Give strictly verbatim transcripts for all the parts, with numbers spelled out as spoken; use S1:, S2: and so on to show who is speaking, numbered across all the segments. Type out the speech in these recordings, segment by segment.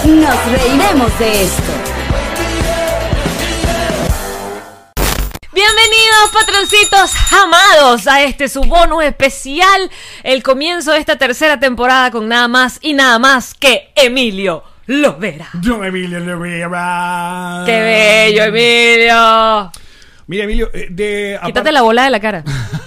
S1: nos reiremos de esto.
S2: Bienvenidos, patroncitos amados, a este su bonus especial, el comienzo de esta tercera temporada con nada más y nada más que Emilio Lovera.
S3: Yo, Emilio Lovera.
S2: ¡Qué bello, Emilio!
S3: Mira, Emilio, eh, de...
S2: Quítate
S3: aparte...
S2: la bola de la cara.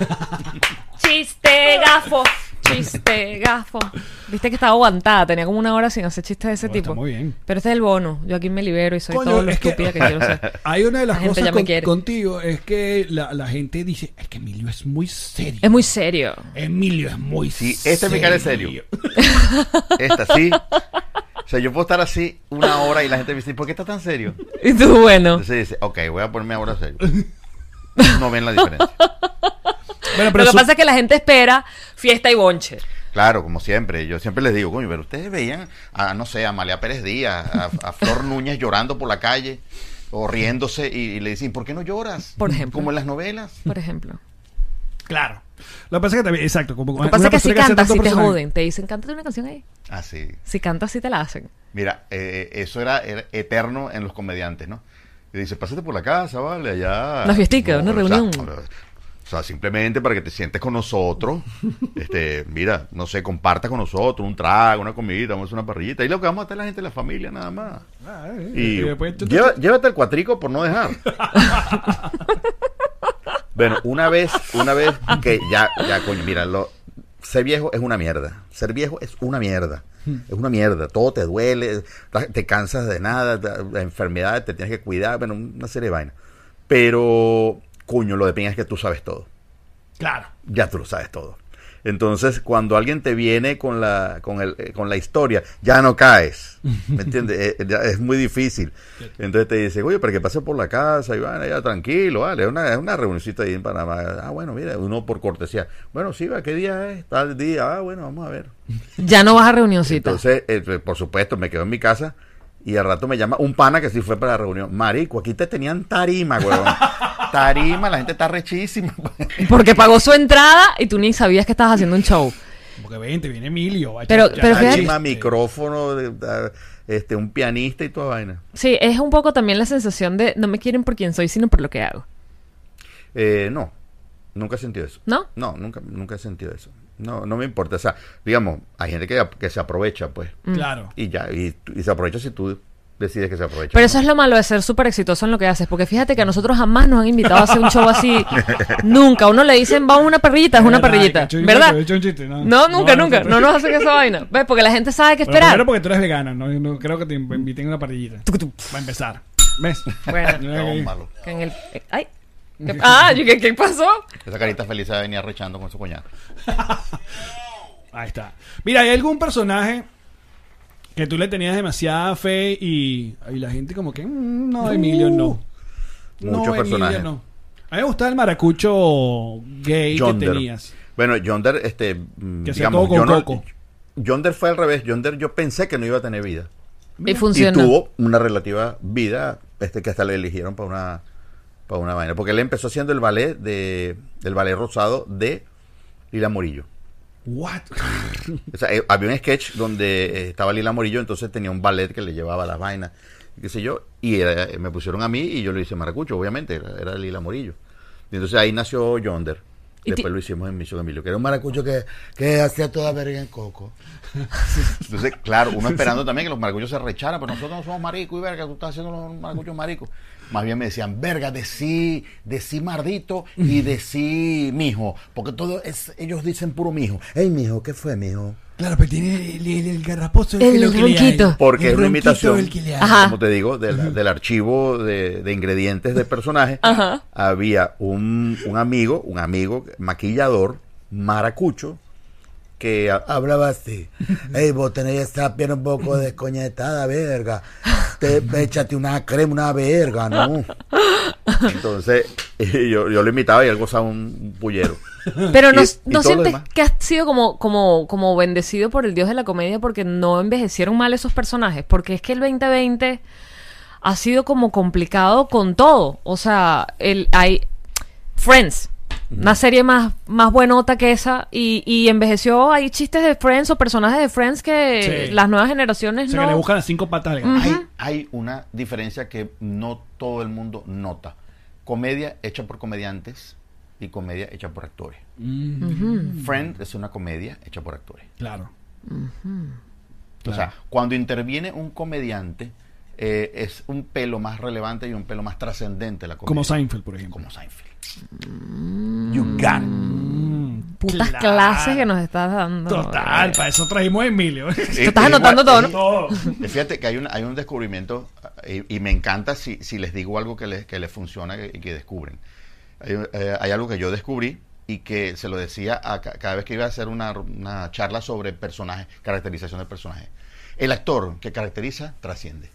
S2: Chiste gafo, chiste gafo. Viste que estaba aguantada, tenía como una hora sin hacer chistes de ese
S3: No,
S2: tipo.
S3: está muy bien.
S2: Pero este es el bono, yo aquí me libero y soy
S3: Coño,
S2: todo lo
S3: es que-
S2: estúpida que quiero ser.
S3: Hay una de las
S2: La gente
S3: cosas
S2: ya me
S3: con-
S2: quiere.
S3: contigo es que la, la gente dice, es que Emilio es muy serio.
S2: Es muy serio.
S3: Emilio es muy
S4: Sí,
S3: serio.
S4: este es mi cara de serio. Esta sí. O sea, yo puedo estar así una hora y la gente me dice, ¿por qué estás tan serio?
S2: Y tú, bueno.
S4: Entonces dice, ok, voy a ponerme ahora serio. No ven la diferencia.
S3: Bueno,
S2: Lo que
S3: su-
S2: pasa es que la gente espera fiesta y bonche.
S4: Claro, como siempre. Yo siempre les digo, coño, pero ustedes veían a, no sé, a Amalia Pérez Díaz, a, a Flor Núñez llorando por la calle o riéndose y, y le dicen, ¿por qué no lloras?
S2: Por ejemplo.
S4: Como en las novelas.
S2: Por ejemplo.
S3: Claro. Lo que pasa es que también, exacto. Como
S2: Lo que pasa es que si
S3: persona hace
S2: cantas, si
S3: tantos
S2: te
S3: personajes-
S2: joden. Te dicen, cántate una canción ahí.
S4: Ah, sí.
S2: Si cantas, sí te la hacen.
S4: Mira, eh, eso era, era eterno en los comediantes, ¿no? Y dice, pásate por la casa, vale, allá.
S2: Una fiestica, una
S4: o sea,
S2: reunión.
S4: O sea, simplemente para que te sientes con nosotros. este, mira, no sé, comparta con nosotros un trago, una comida, vamos a hacer una parrillita. Y lo que vamos a hacer la gente de la familia, nada más.
S3: Ah, eh,
S4: Y
S3: y después tú-
S4: lleva- llévate el cuatrico por no dejar. Bueno, una vez, una vez que ya, ya, coño, mira, lo, ser viejo es una mierda. Ser viejo es una mierda. Es una mierda. Todo te duele, te cansas de nada, la enfermedad, te tienes que cuidar, bueno, una serie de vainas. Pero, coño, lo de pinga es que tú sabes todo.
S3: Claro.
S4: Ya tú lo sabes todo. Entonces, cuando alguien te viene con la con el eh, con la historia, ya no caes. ¿Me entiendes? Eh, ya es muy difícil. Entonces te dice, oye, pero que pase por la casa y van allá tranquilo, vale. Es una, es una reunioncita ahí en Panamá. Ah, bueno, mira, uno por cortesía. Bueno, sí, va, ¿qué día es? Tal día. Ah, bueno, vamos a ver.
S2: Ya no vas a reunioncita.
S4: Entonces, eh, por supuesto, me quedo en mi casa y al rato me llama un pana que sí fue para la reunión. Marico, aquí te tenían tarima, huevón. Tarima, la gente está rechísima.
S2: Porque pagó su entrada y tú ni sabías que estabas haciendo un show.
S3: Porque ven, te viene Emilio. va,
S2: Pero-
S3: ya-
S2: pero
S3: ya-
S2: fíjate-
S4: Tarima,
S3: chiste.
S4: micrófono, de- de- este, un pianista y toda vaina.
S2: Sí, es un poco también la sensación de no me quieren por quien soy, sino por lo que hago.
S4: Eh, no, nunca he sentido eso.
S2: ¿No?
S4: No, nunca, nunca he sentido eso. No, no me importa. O sea, digamos, hay gente que, que se aprovecha, pues.
S3: Claro.
S4: Y ya, y, y se aprovecha si tú decides que se aprovecha.
S2: Pero eso es lo malo de ser súper exitoso en lo que haces. Porque fíjate que a nosotros jamás nos han invitado a hacer un show así. Nunca. Uno le dicen, vamos a una parrillita, es una
S3: verdad,
S2: parrillita.
S3: que hecho un
S2: ¿Verdad?
S3: chiste, he hecho un chiste, no.
S2: No, nunca,
S3: No,
S2: nunca.
S3: no.
S2: No nos hacen esa vaina. ¿Ves? Porque la gente sabe qué
S3: Bueno,
S2: esperar.
S3: primero porque tú eres vegana, no, no creo que te inviten a una parrillita. Va a empezar. ¿Ves?
S2: Bueno.
S4: No, malo.
S2: Que en el... eh, Ay. ¿Qué... Ah, yo, ¿qué, ¿qué pasó?
S4: Esa carita feliz se venía rechando con su coñac.
S3: Ahí está. Mira, ¿hay algún personaje que tú le tenías demasiada fe y, y la gente como que, mm, no, Emilio no? No,
S4: Muchos
S3: Emilio,
S4: personajes.
S3: no. A mí me gustaba el maracucho gay
S4: Yonder.
S3: que tenías.
S4: Bueno, Yonder, este, mm,
S3: Que hacía
S4: digamos,
S3: todo con
S4: yo no-
S3: coco.
S4: Yonder fue al revés. Yonder yo pensé que no iba a tener vida.
S2: Y
S4: Y
S2: funcionó.
S4: tuvo una relativa vida, este que hasta le eligieron para una para una vaina, porque él empezó haciendo el ballet de el ballet rosado de Lila Morillo.
S3: What?
S4: O sea, eh, había un sketch donde eh, estaba Lila Morillo, entonces tenía un ballet que le llevaba las vainas, y qué sé yo, y era- eh, me pusieron a mí y yo le hice maracucho, obviamente, era, era Lila Morillo. Y entonces ahí nació Yonder.
S2: Y
S4: Después
S2: ti-
S4: lo hicimos en Misión Emilio, que era un maracucho que, que hacía toda verga en coco. Entonces, claro, uno esperando también que los maracuchos se recharan, pero nosotros no somos maricos y verga, tú estás haciendo los maracuchos maricos. Más bien me decían, verga, decí, decí mardito y decí mijo, porque todo es, ellos dicen puro mijo. Ey, mijo, ¿qué fue, mijo?
S3: Claro, pero tiene el, el, el garraposo.
S2: El
S3: que lo que le
S2: ronquito.
S3: hay.
S4: Porque
S3: El
S4: es una
S3: ronquito
S4: imitación,
S3: el que le hay.
S2: Ajá.
S4: como te digo, del, del archivo de, de ingredientes de personajes.
S2: Ajá.
S4: Había un, un amigo, un amigo maquillador, maracucho, que ha- hablaba así. Ey, vos tenés esta pierna un poco descoñetada, verga. Te, échate una crema, una verga, ¿no? Entonces, yo, yo lo imitaba y él gozaba un, un pullero.
S2: Pero no,
S4: Y- y
S2: no
S4: todo lo
S2: sientes
S4: demás.
S2: que has sido como, como, como bendecido por el Dios de la comedia porque no envejecieron mal esos personajes. Porque es que el veinte veinte ha sido como complicado con todo. O sea, el hay Friends. Una serie más, más buenota que esa. Y, y envejeció. Hay chistes de Friends o personajes de Friends que
S3: Sí.
S2: las nuevas generaciones
S3: O sea,
S2: no.
S3: que le buscan las cinco patas al gato.
S2: Ujú.
S4: Hay, hay una diferencia que no todo el mundo nota. Comedia hecha por comediantes y comedia hecha por actores.
S3: Mm,
S4: Friends es una comedia hecha por actores.
S3: Claro.
S4: O sea, cuando interviene un comediante, eh, es un pelo más relevante y un pelo más trascendente la comedia.
S3: Como Seinfeld, por ejemplo.
S4: Como Seinfeld. You got it.
S3: Mm,
S2: Putas
S3: claro.
S2: clases que nos estás dando.
S3: Total, para eso trajimos a Emilio.
S2: Tú estás anotando todo, ¿no?
S3: Todo.
S4: Fíjate que hay un, hay un descubrimiento eh, y, me encanta si, si les digo algo que les, que les funciona y que, que descubren. Hay, eh, hay algo que yo descubrí y que se lo decía a, ca- cada vez que iba a hacer una, una charla sobre personajes, caracterización de personajes. El actor que caracteriza trasciende.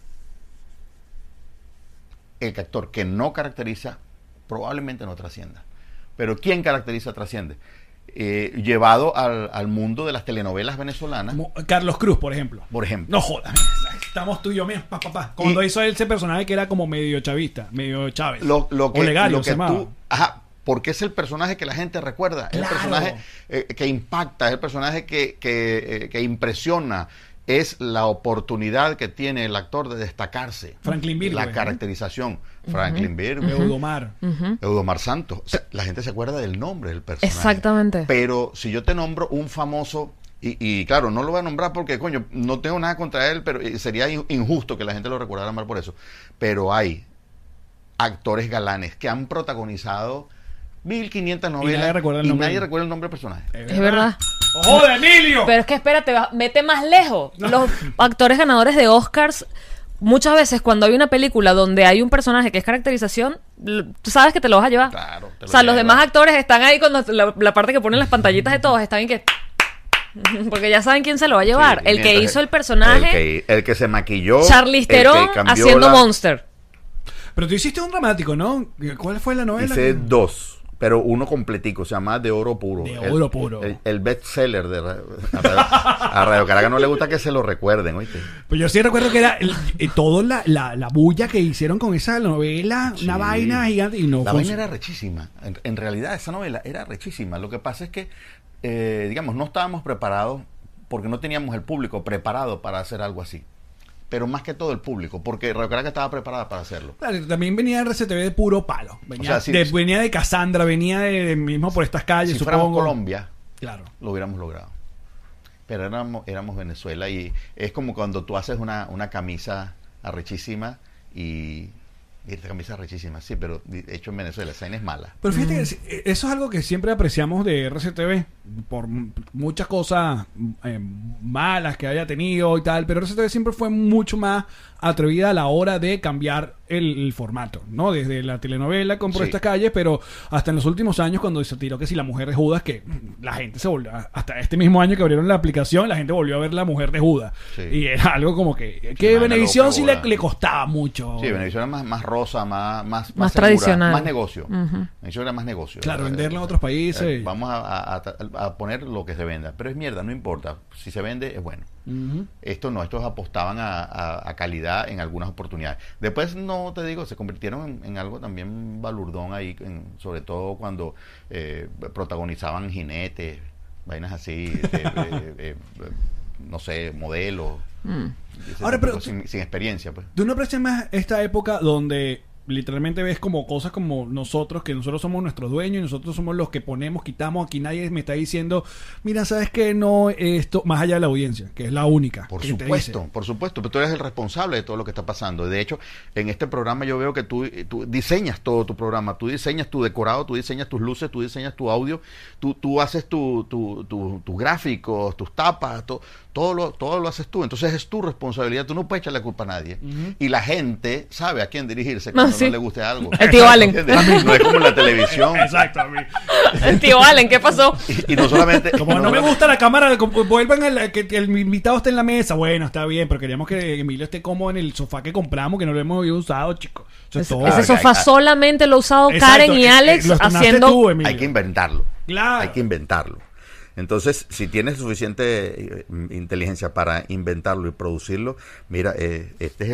S4: El actor que no caracteriza probablemente no trascienda. Pero ¿quién caracteriza trasciende? Eh, llevado al, al mundo de las telenovelas venezolanas,
S3: Como Carlos Cruz, por ejemplo.
S4: por ejemplo.
S3: No jodas, estamos tú y yo, mira, pa, pa, pa. Cuando
S4: Y-
S3: hizo ese personaje que era como medio chavista, medio Chávez.
S4: Lo, lo que,
S3: Olegario
S4: lo
S3: se
S4: que
S3: llamaba.
S4: tú, ajá, porque es el personaje que la gente recuerda, es el
S3: Claro.
S4: personaje eh, que impacta, es el personaje que, que, eh, que impresiona, es la oportunidad que tiene el actor de destacarse.
S3: Franklin Virgo,
S4: La
S3: ¿no?
S4: caracterización. Franklin Virgo,
S3: Eudomar.
S4: Eudomar Santos. O sea, la gente se acuerda del nombre del personaje.
S2: Exactamente.
S4: Pero si yo te nombro un famoso, y, y claro, no lo voy a nombrar porque, coño, no tengo nada contra él, pero eh, sería in- injusto que la gente lo recordara mal por eso. Pero hay actores galanes que han protagonizado mil quinientas novelas
S3: nadie recuerda el
S4: y
S3: nombre.
S4: nadie recuerda el nombre del personaje.
S2: Es verdad.
S3: ¡Ojo de Emilio!
S2: Pero es que espérate, va- vete más lejos. Los actores ganadores de Oscars, muchas veces cuando hay una película donde hay un personaje que es caracterización, l- tú sabes que te lo vas a llevar.
S4: Claro, te lo
S2: O sea, los
S4: llevas.
S2: demás actores están ahí cuando la, la parte que ponen las pantallitas de todos, están en que... Porque ya saben quién se lo va a llevar.
S4: Sí,
S2: el que
S4: mientras
S2: hizo el personaje,
S4: El que, el que se maquilló.
S2: Charlize
S4: el que
S2: Theron
S4: cambió
S2: haciendo
S4: la-
S2: Monster.
S3: Pero tú hiciste un dramático, ¿no? ¿Cuál fue la novela?
S4: Hice dos, pero uno completico, se llama De Oro Puro.
S3: De
S4: El-
S3: Oro Puro.
S4: El, el bestseller de Ra- a Radio, a Radio Caracas no le gusta que se lo recuerden, ¿oíste?
S3: Pues yo sí recuerdo que era el, eh, todo la, la, la bulla que hicieron con esa novela,
S4: Sí.
S3: una vaina gigante y no
S4: La
S3: fue-
S4: vaina era rechísima. En, en realidad, esa novela era rechísima. Lo que pasa es que, eh, digamos, no estábamos preparados porque no teníamos el público preparado para hacer algo así. Pero más que todo el público, porque Radio Caracas estaba preparada para hacerlo.
S3: Claro, también venía R C T V de puro palo. Venía,
S4: O sea, si-
S3: de,
S4: si-
S3: venía de Cassandra, venía de, de mismo por estas calles,
S4: Si fuéramos
S3: supongo.
S4: Colombia,
S3: Claro.
S4: lo hubiéramos logrado. Pero éramos, éramos Venezuela y es como cuando tú haces una, una camisa arrechísima y, y esta camisa arrechísima, sí, pero di- hecho en Venezuela, esa vaina es mala.
S3: Pero fíjate, que sí, eso es algo que siempre apreciamos de R C T V, por m- muchas cosas eh, malas que haya tenido y tal, pero R C T V siempre fue mucho más atrevida a la hora de cambiar el, el formato, ¿no? Desde la telenovela con Por
S4: Sí.
S3: estas calles, pero hasta en los últimos años cuando se tiró que si La Mujer de Judas, que la gente se volvió, hasta este mismo año que abrieron la aplicación, la gente volvió a ver La Mujer de Judas.
S4: Sí.
S3: Y era algo como que, que
S4: una vaina
S3: Venevisión
S4: loca,
S3: sí le,
S4: boda.
S3: le costaba mucho.
S4: Sí, Venevisión era más, más rosa, más, más,
S2: Más
S4: segura,
S2: tradicional.
S4: más negocio.
S2: Ujú.
S4: Venevisión era más negocio.
S3: Claro,
S4: Eh,
S3: venderla en otros países.
S4: eh, vamos a, a- a- a poner lo que se venda. Pero es mierda, no importa. Si se vende, es bueno.
S3: Ujú.
S4: Esto no, estos apostaban a, a- a calidad en algunas oportunidades. Después, no te digo, se convirtieron en, en algo también balurdón ahí, en- sobre todo cuando eh, protagonizaban jinetes, vainas así, eh, eh, eh, no sé, modelos. ese
S3: Ahora,
S4: tipo,
S3: pero-
S4: sin, sin experiencia, pues.
S3: ¿Tú no aprecias más esta época donde literalmente ves como cosas como nosotros, que nosotros somos nuestros dueños y nosotros somos los que ponemos, quitamos? Aquí nadie me está diciendo, mira, ¿sabes qué? No, esto, más allá de la audiencia, que es la única.
S4: Por
S3: que te
S4: supuesto,
S3: dice.
S4: por supuesto, pero tú eres el responsable de todo lo que está pasando. De hecho, en este programa yo veo que tú, tú diseñas todo tu programa, tú diseñas tu decorado, tú diseñas tus luces, tú diseñas tu audio, tú, tú haces tu, tu, tu- tus gráficos, tus tapas, to- todo, lo, todo lo haces tú. Entonces es tu responsabilidad, tú no puedes echarle la culpa a nadie. Y la gente sabe a quién dirigirse cuando no,
S2: sí.
S4: le guste algo.
S2: El tío Allen.
S4: ¿Entiendes? No es como la televisión.
S3: Exacto, a mí.
S2: El tío Allen, ¿qué pasó?
S4: Y, y no solamente...
S3: Como no, me
S4: solamente-
S3: gusta la cámara, como- vuelvan a la- que, que el invitado esté en la mesa. Bueno, está bien, pero queríamos que Emilio esté cómodo en el sofá que compramos, que no lo hemos usado, chicos. Eso es
S2: Ese,
S3: todo.
S2: ese
S4: Claro,
S2: sofá
S4: hay- hay-
S2: solamente lo ha usado
S3: Exacto,
S2: Karen y
S3: eh, eh,
S2: Alex
S3: lo estrenaste
S2: haciendo...
S3: tú, Emilio.
S4: Hay que inventarlo.
S3: Claro.
S4: Hay que inventarlo. Entonces, si tienes suficiente eh, inteligencia para inventarlo y producirlo, mira, eh, este es el,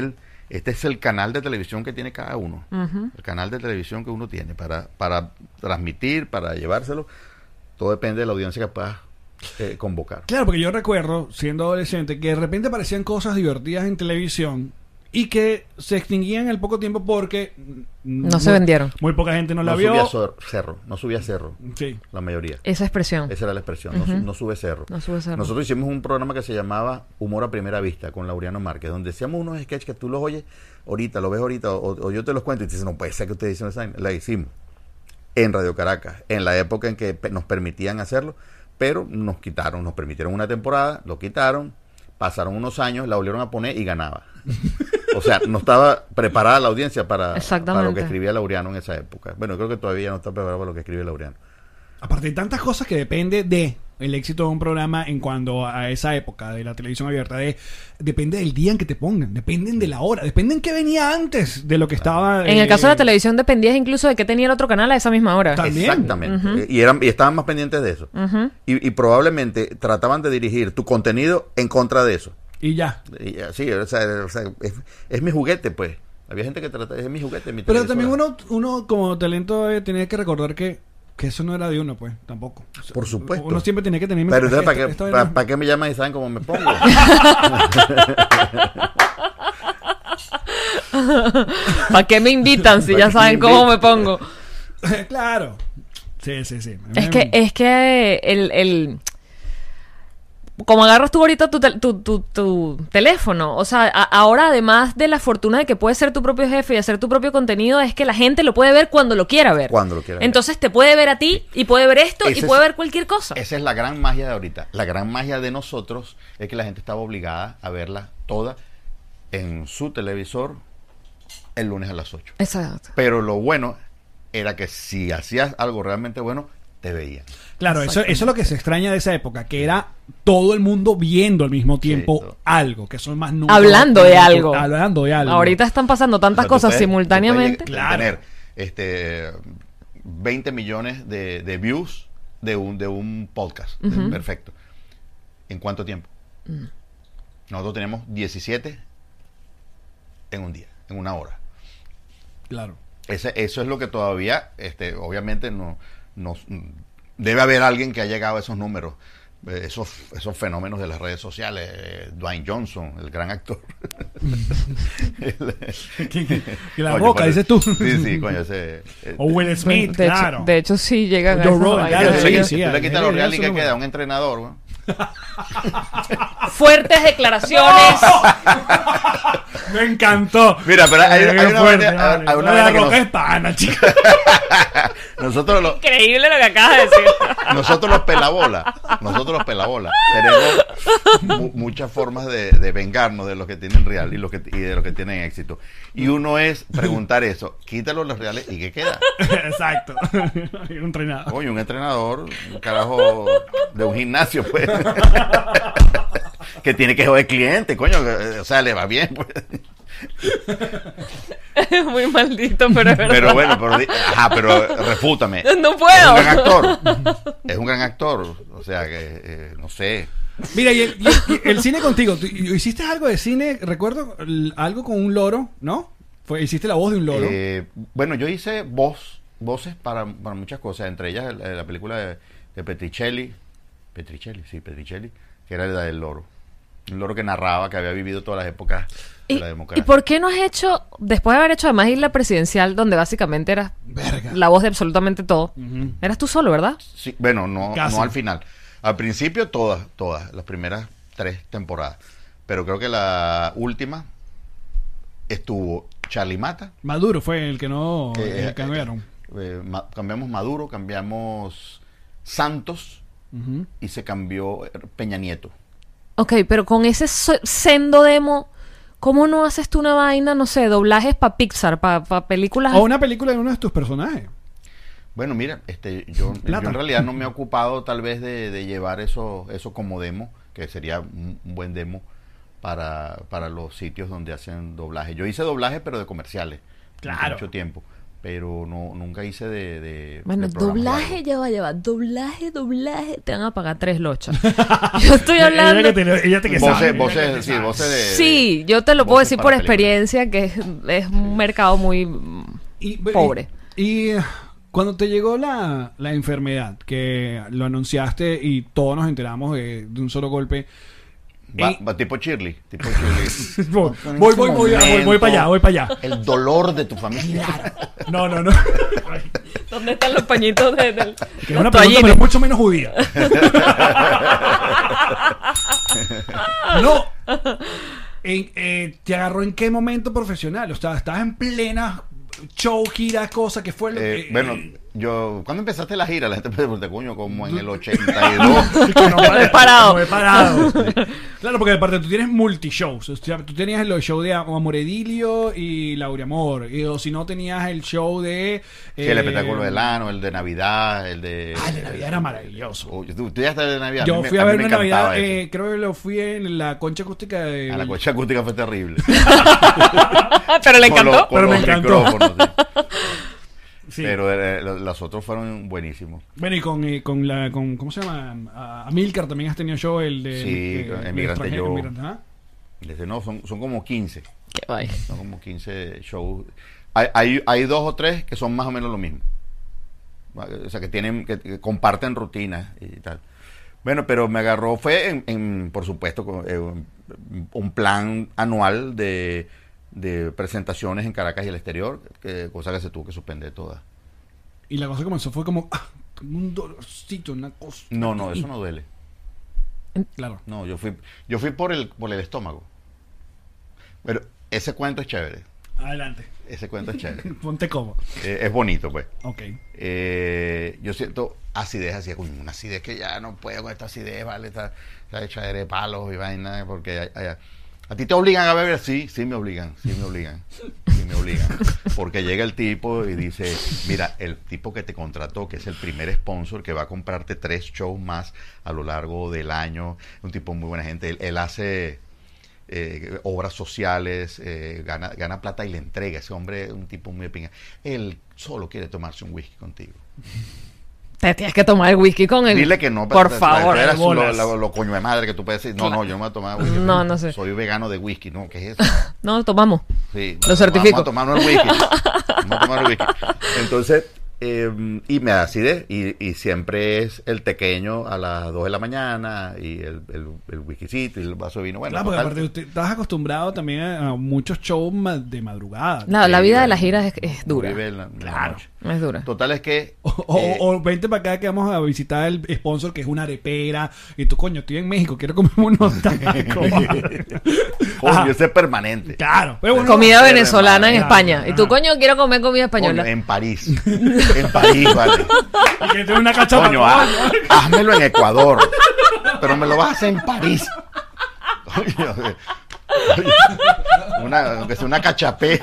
S4: Este es el canal de televisión que tiene cada uno. Uh-huh. El canal de televisión que uno tiene para, para transmitir, para llevárselo. Todo depende de la audiencia que puedas eh, convocar.
S3: Claro, porque yo recuerdo, siendo adolescente, que de repente aparecían cosas divertidas en televisión y que se extinguían al poco tiempo porque
S2: no
S3: muy,
S2: se vendieron.
S3: Muy poca gente no la
S4: no
S3: vio.
S4: Subía so- cerro, no subía cerro.
S3: Sí.
S4: La mayoría.
S2: Esa expresión.
S4: Esa era la expresión.
S2: Uh-huh.
S4: no, no sube cerro.
S2: No sube cerro.
S4: Nosotros hicimos un programa que se llamaba Humor a Primera Vista con Laureano Márquez, donde hacíamos unos sketches que tú los oyes ahorita, lo ves ahorita, o, o yo te los cuento y te dices, no puede ser que ustedes hicieron esa. La hicimos en Radio Caracas, en la época en que pe- nos permitían hacerlo, pero nos quitaron, nos permitieron una temporada, lo quitaron, pasaron unos años, la volvieron a poner y ganaba. O sea, no estaba preparada la audiencia para, para lo que escribía Laureano en esa época. Bueno, creo que todavía no está preparada para lo que escribe Laureano.
S3: Aparte de tantas cosas que depende de el éxito de un programa en cuanto a esa época de la televisión abierta, de depende del día en que te pongan, dependen de la hora, dependen qué venía antes de lo que estaba.
S2: En
S3: eh,
S2: el caso de la televisión dependías incluso de que tenía el otro canal a esa misma hora.
S3: También.
S4: Exactamente.
S2: Uh-huh.
S4: Y eran y estaban más pendientes de eso.
S2: Uh-huh.
S4: Y, y probablemente trataban de dirigir tu contenido en contra de eso.
S3: Y ya.
S4: Y ya, sí, o sea, o sea, es, es mi juguete, pues. Había gente que trata, es mi juguete, mi
S3: Pero
S4: televisora.
S3: también uno, uno como talento eh, tenía que recordar que, que eso no era de uno, pues, tampoco. O sea,
S4: Por supuesto.
S3: Uno siempre tenía que tener...
S4: Pero entonces, ¿para
S3: esto-
S4: qué,
S3: esto
S4: para,
S3: era-
S4: para qué me llaman y saben cómo me pongo?
S2: ¿Para qué me invitan si
S4: ¿Para
S2: ya
S4: qué
S2: saben
S4: me
S2: cómo me
S4: invitan?
S2: pongo?
S3: Claro. Sí, sí, sí.
S2: Es que, es que el, el como agarras tú ahorita tu, tel- tu, tu, tu teléfono, o sea, a- ahora además de la fortuna de que puedes ser tu propio jefe y hacer tu propio contenido, es que la gente lo puede ver cuando lo quiera ver.
S4: Cuando lo quiera ver.
S2: Entonces te puede ver a ti y puede ver esto
S4: Ese
S2: y puede
S4: es-
S2: ver cualquier cosa.
S4: Esa es la gran magia de ahorita. La gran magia de nosotros es que la gente estaba obligada a verla toda en su televisor el lunes a las ocho.
S2: Exacto.
S4: Pero lo bueno era que si hacías algo realmente bueno, te veían.
S3: Claro, eso, eso es lo que se extraña de esa época, que era todo el mundo viendo al mismo tiempo
S4: Sí, todo.
S3: algo, que son más nunca-
S2: Hablando de algo.
S3: Hablando de algo.
S2: Ahorita están pasando tantas
S4: O sea, tú
S2: cosas
S4: puedes- tú
S2: simultáneamente.
S4: puedes
S3: Claro.
S4: tener este, veinte millones de, de views de un, de un podcast.
S2: Ujú.
S4: Perfecto. ¿En cuánto tiempo? Nosotros tenemos diecisiete en un día, en una hora.
S3: Claro.
S4: Ese, eso es lo que todavía, este, obviamente, no, no debe haber alguien que ha llegado a esos números, eh, esos, esos fenómenos de las redes sociales. eh, Dwayne Johnson, el gran actor. El-
S3: Que la
S4: Coño,
S3: Roca,
S4: pero-
S3: dices tú.
S4: Sí, sí, coño, ese. eh,
S3: O Will Smith,
S2: de,
S3: claro.
S2: hecho, de hecho, sí llegan a
S3: Joe
S2: esas
S3: Rogan,
S2: vainas.
S3: claro,
S4: tú le,
S3: sí,
S4: quitas-
S3: sí,
S4: tú le
S3: hay-
S4: quitas
S3: hay-
S4: los
S3: hay
S4: reality
S3: su
S4: que
S3: número.
S4: queda, un entrenador, ¿no?
S2: Fuertes declaraciones.
S3: Me encantó.
S4: Mira, pero hay-
S3: Eh,
S4: hay
S3: qué
S4: una
S3: fuerte,
S4: vaina-
S3: vale.
S4: hay una
S3: La
S4: vaina que
S3: Roca
S4: nos-
S3: es pana, chica.
S4: Nosotros los,
S2: Increíble lo que acabas de decir.
S4: nosotros los pelabola, nosotros los pelabola, tenemos mu- muchas formas de, de vengarnos de los que tienen real y, los que, y de los que tienen éxito. Y uno es preguntar eso, quítalo los reales y ¿qué queda?
S3: Exacto. Un entrenador.
S4: Oye, un entrenador, un carajo de un gimnasio, pues. Que tiene que joder cliente, coño, que, o sea, le va bien, pues.
S2: Es muy maldito, pero es verdad.
S4: Pero bueno, pero, di- ajá, pero refútame.
S2: No
S4: Es
S2: puedo.
S4: un gran actor. Es un gran actor. O sea que, eh, no sé.
S3: Mira, y el, y el- y el cine contigo. ¿Tú hiciste algo de cine? Recuerdo l- algo con un loro, ¿no? Fue, hiciste la voz de un loro.
S4: Eh, bueno, yo hice voz, voces para, para muchas cosas, entre ellas la, la película de, de Petricelli. Petricelli, sí, Petricelli, que era la del loro. Un loro que narraba que había vivido todas las épocas de
S2: ¿Y,
S4: la
S2: ¿Y
S4: democracia.
S2: por qué no has hecho, después de haber hecho además Isla Presidencial, donde básicamente eras
S3: Verga.
S2: la voz de absolutamente todo?
S3: Ujú.
S2: Eras tú solo, ¿verdad?
S4: Sí, bueno, no,
S3: Casi.
S4: no al final. Al principio todas, todas, las primeras tres temporadas. Pero creo que la última estuvo Charlie Mata.
S3: Maduro fue el que no
S4: que,
S3: el cambiaron.
S4: eh, ma- cambiamos Maduro, cambiamos Santos
S3: Ujú.
S4: y se cambió eh, Peña Nieto.
S2: Ok, pero con ese so- sendo demo, ¿cómo no haces tú una vaina, no sé, doblajes para Pixar, para películas?
S3: O una película de uno de tus personajes.
S4: Bueno, mira, este, yo, yo
S3: Plata.
S4: en realidad no me he ocupado tal vez de, de llevar eso, eso como demo, que sería un, un buen demo para, para los sitios donde hacen doblaje. Yo hice doblaje, pero de comerciales,
S3: Claro.
S4: mucho tiempo. pero no nunca hice de, de
S2: Bueno,
S4: de programas
S2: doblaje,
S4: largos.
S2: ya va, ya va. Doblaje, doblaje. Te van a pagar tres lochas. Yo estoy
S3: Ella
S2: hablando.
S3: que te, ella te que
S4: Voces,
S3: sabe,
S4: voces,
S3: ella que te
S4: sí,
S3: sabe.
S4: voces de,
S2: Sí, yo te lo puedo
S4: voces
S2: decir por
S4: para películas.
S2: experiencia que es, es un mercado muy
S3: Y-
S2: pobre.
S3: Y, y, eh, cuando te llegó la, la enfermedad, que lo anunciaste y todos nos enteramos de, de un solo golpe.
S4: Va-
S3: eh,
S4: va tipo Shirley, tipo Shirley.
S3: voy,
S4: En
S3: voy,
S4: ese
S3: voy, voy, voy, voy
S4: momento,
S3: para allá, voy para allá.
S4: El dolor de tu familia.
S3: No, no, no.
S2: ¿Dónde están los pañitos de, del
S3: Que es una pregunta, pero mucho menos judía. No. En- eh, ¿Te agarró en qué momento profesional? O sea, estabas en plena show, gira, cosa que fue lo
S4: Eh,
S3: que...
S4: bueno, yo, ¿cuándo empezaste la gira? La gente me pregunta, coño, como en el ochenta y dos.
S3: que no,
S2: No he parado.
S3: No he parado. Claro, porque aparte tú tienes multishows. O sea, tú tenías el show de Amor Edilio y Laura Amor. Y, o si no, tenías el show de...
S4: Sí, el
S3: eh,
S4: espectáculo del ano, el de Navidad, el de...
S3: Ah, el de Navidad era maravilloso.
S4: Uy, ¿Tú, tú ya estás de Navidad?
S3: Yo
S4: mí me-
S3: fui a
S4: mí
S3: ver
S4: me
S3: una Navidad,
S4: encantaba eso.
S3: eh, creo que lo fui en la concha acústica de...
S4: A la cocha acústica fue terrible.
S2: Pero le
S4: Con
S2: encantó.
S4: los- con
S3: Pero me
S4: los
S3: encantó.
S4: micrófonos, sí.
S3: Sí.
S4: Pero eh, lo- los otros fueron buenísimos.
S3: Bueno, y con, eh, con la... Con, ¿cómo se llama? A Amílcar también has tenido show, el de...
S4: Sí,
S3: eh,
S4: con
S3: el
S4: Emigrante
S3: extranjero,
S4: Yo.
S3: Emigrante, ¿ah?
S4: Desde, no, son, son como quince.
S2: Qué guay.
S4: Son como quince shows. Hay, hay, hay dos o tres que son más o menos lo mismo. O sea, que tienen, que, que comparten rutinas y tal. Bueno, pero me agarró, fue en, en, por supuesto, con, eh, un, un plan anual de, de presentaciones en Caracas y el exterior, que, cosa que se tuvo que suspender todas.
S3: Y la cosa comenzó fue como... Ah, como un dolorcito, una cosa...
S4: No, no, eso no duele.
S3: Claro.
S4: No, yo fui, yo fui por el, por el estómago. Pero ese cuento es chévere.
S3: Adelante.
S4: Ese cuento es chévere.
S3: Ponte como.
S4: Eh, es bonito, pues.
S3: Ok.
S4: Eh, yo siento acidez, así como una acidez que ya no puedo con esta acidez, vale, esta, esta echadera de palos y vaina, porque hay- hay- a ti te obligan a beber, sí, sí me obligan, sí me obligan, sí me obligan, porque llega el tipo y dice, mira, el tipo que te contrató, que es el primer sponsor, que va a comprarte tres shows más a lo largo del año, un tipo muy buena gente, él, él hace eh, obras sociales, eh, gana, gana plata y le entrega, ese hombre es un tipo muy de pinga, él solo quiere tomarse un whisky contigo.
S2: Te tienes que tomar el whisky con él.
S4: Dile que no.
S2: Por
S4: pero-
S2: favor.
S4: pero eras lo,
S3: bolas.
S4: lo- lo coño de madre que tú puedes decir. No, no, yo no me voy a tomar whisky.
S2: No, no sé.
S4: Soy vegano de whisky. No, ¿qué es eso?
S2: No, tomamos.
S4: Sí,
S2: Lo certifico.
S4: Vamos a tomarnos el whisky. Vamos a tomar el whisky. Entonces, eh, y me da acidez. Y, y siempre es el tequeño a las dos de la mañana y el, el, el whiskycito y el vaso de vino. Bueno,
S3: Claro, porque
S4: total,
S3: aparte usted estás acostumbrado también a, a muchos shows ma- de madrugada.
S2: No, la
S4: Sí,
S2: vida de
S4: bueno,
S2: las giras es, es
S4: uno
S2: dura.
S4: vive en la- en la
S3: Claro.
S4: noche.
S2: Es dura.
S4: Total es que...
S3: O, o-
S4: eh,
S3: o vente para acá que vamos a visitar el sponsor que es una arepera. Y tú, coño, estoy en México, quiero comerme unos tacos.
S4: coño,
S3: Ajá.
S4: ese es permanente.
S3: Claro. Pero bueno,
S2: Comida
S4: no,
S2: venezolana en
S3: claro,
S2: España. Y tú,
S3: ajá.
S2: coño, quiero comer comida
S4: Coño,
S2: española.
S4: en París. En París, vale.
S3: y que tengo una cachapa.
S4: Coño, há- házmelo en Ecuador. Pero me lo vas a hacer en París. Coño, eh, coño, una, aunque sea una cachapé.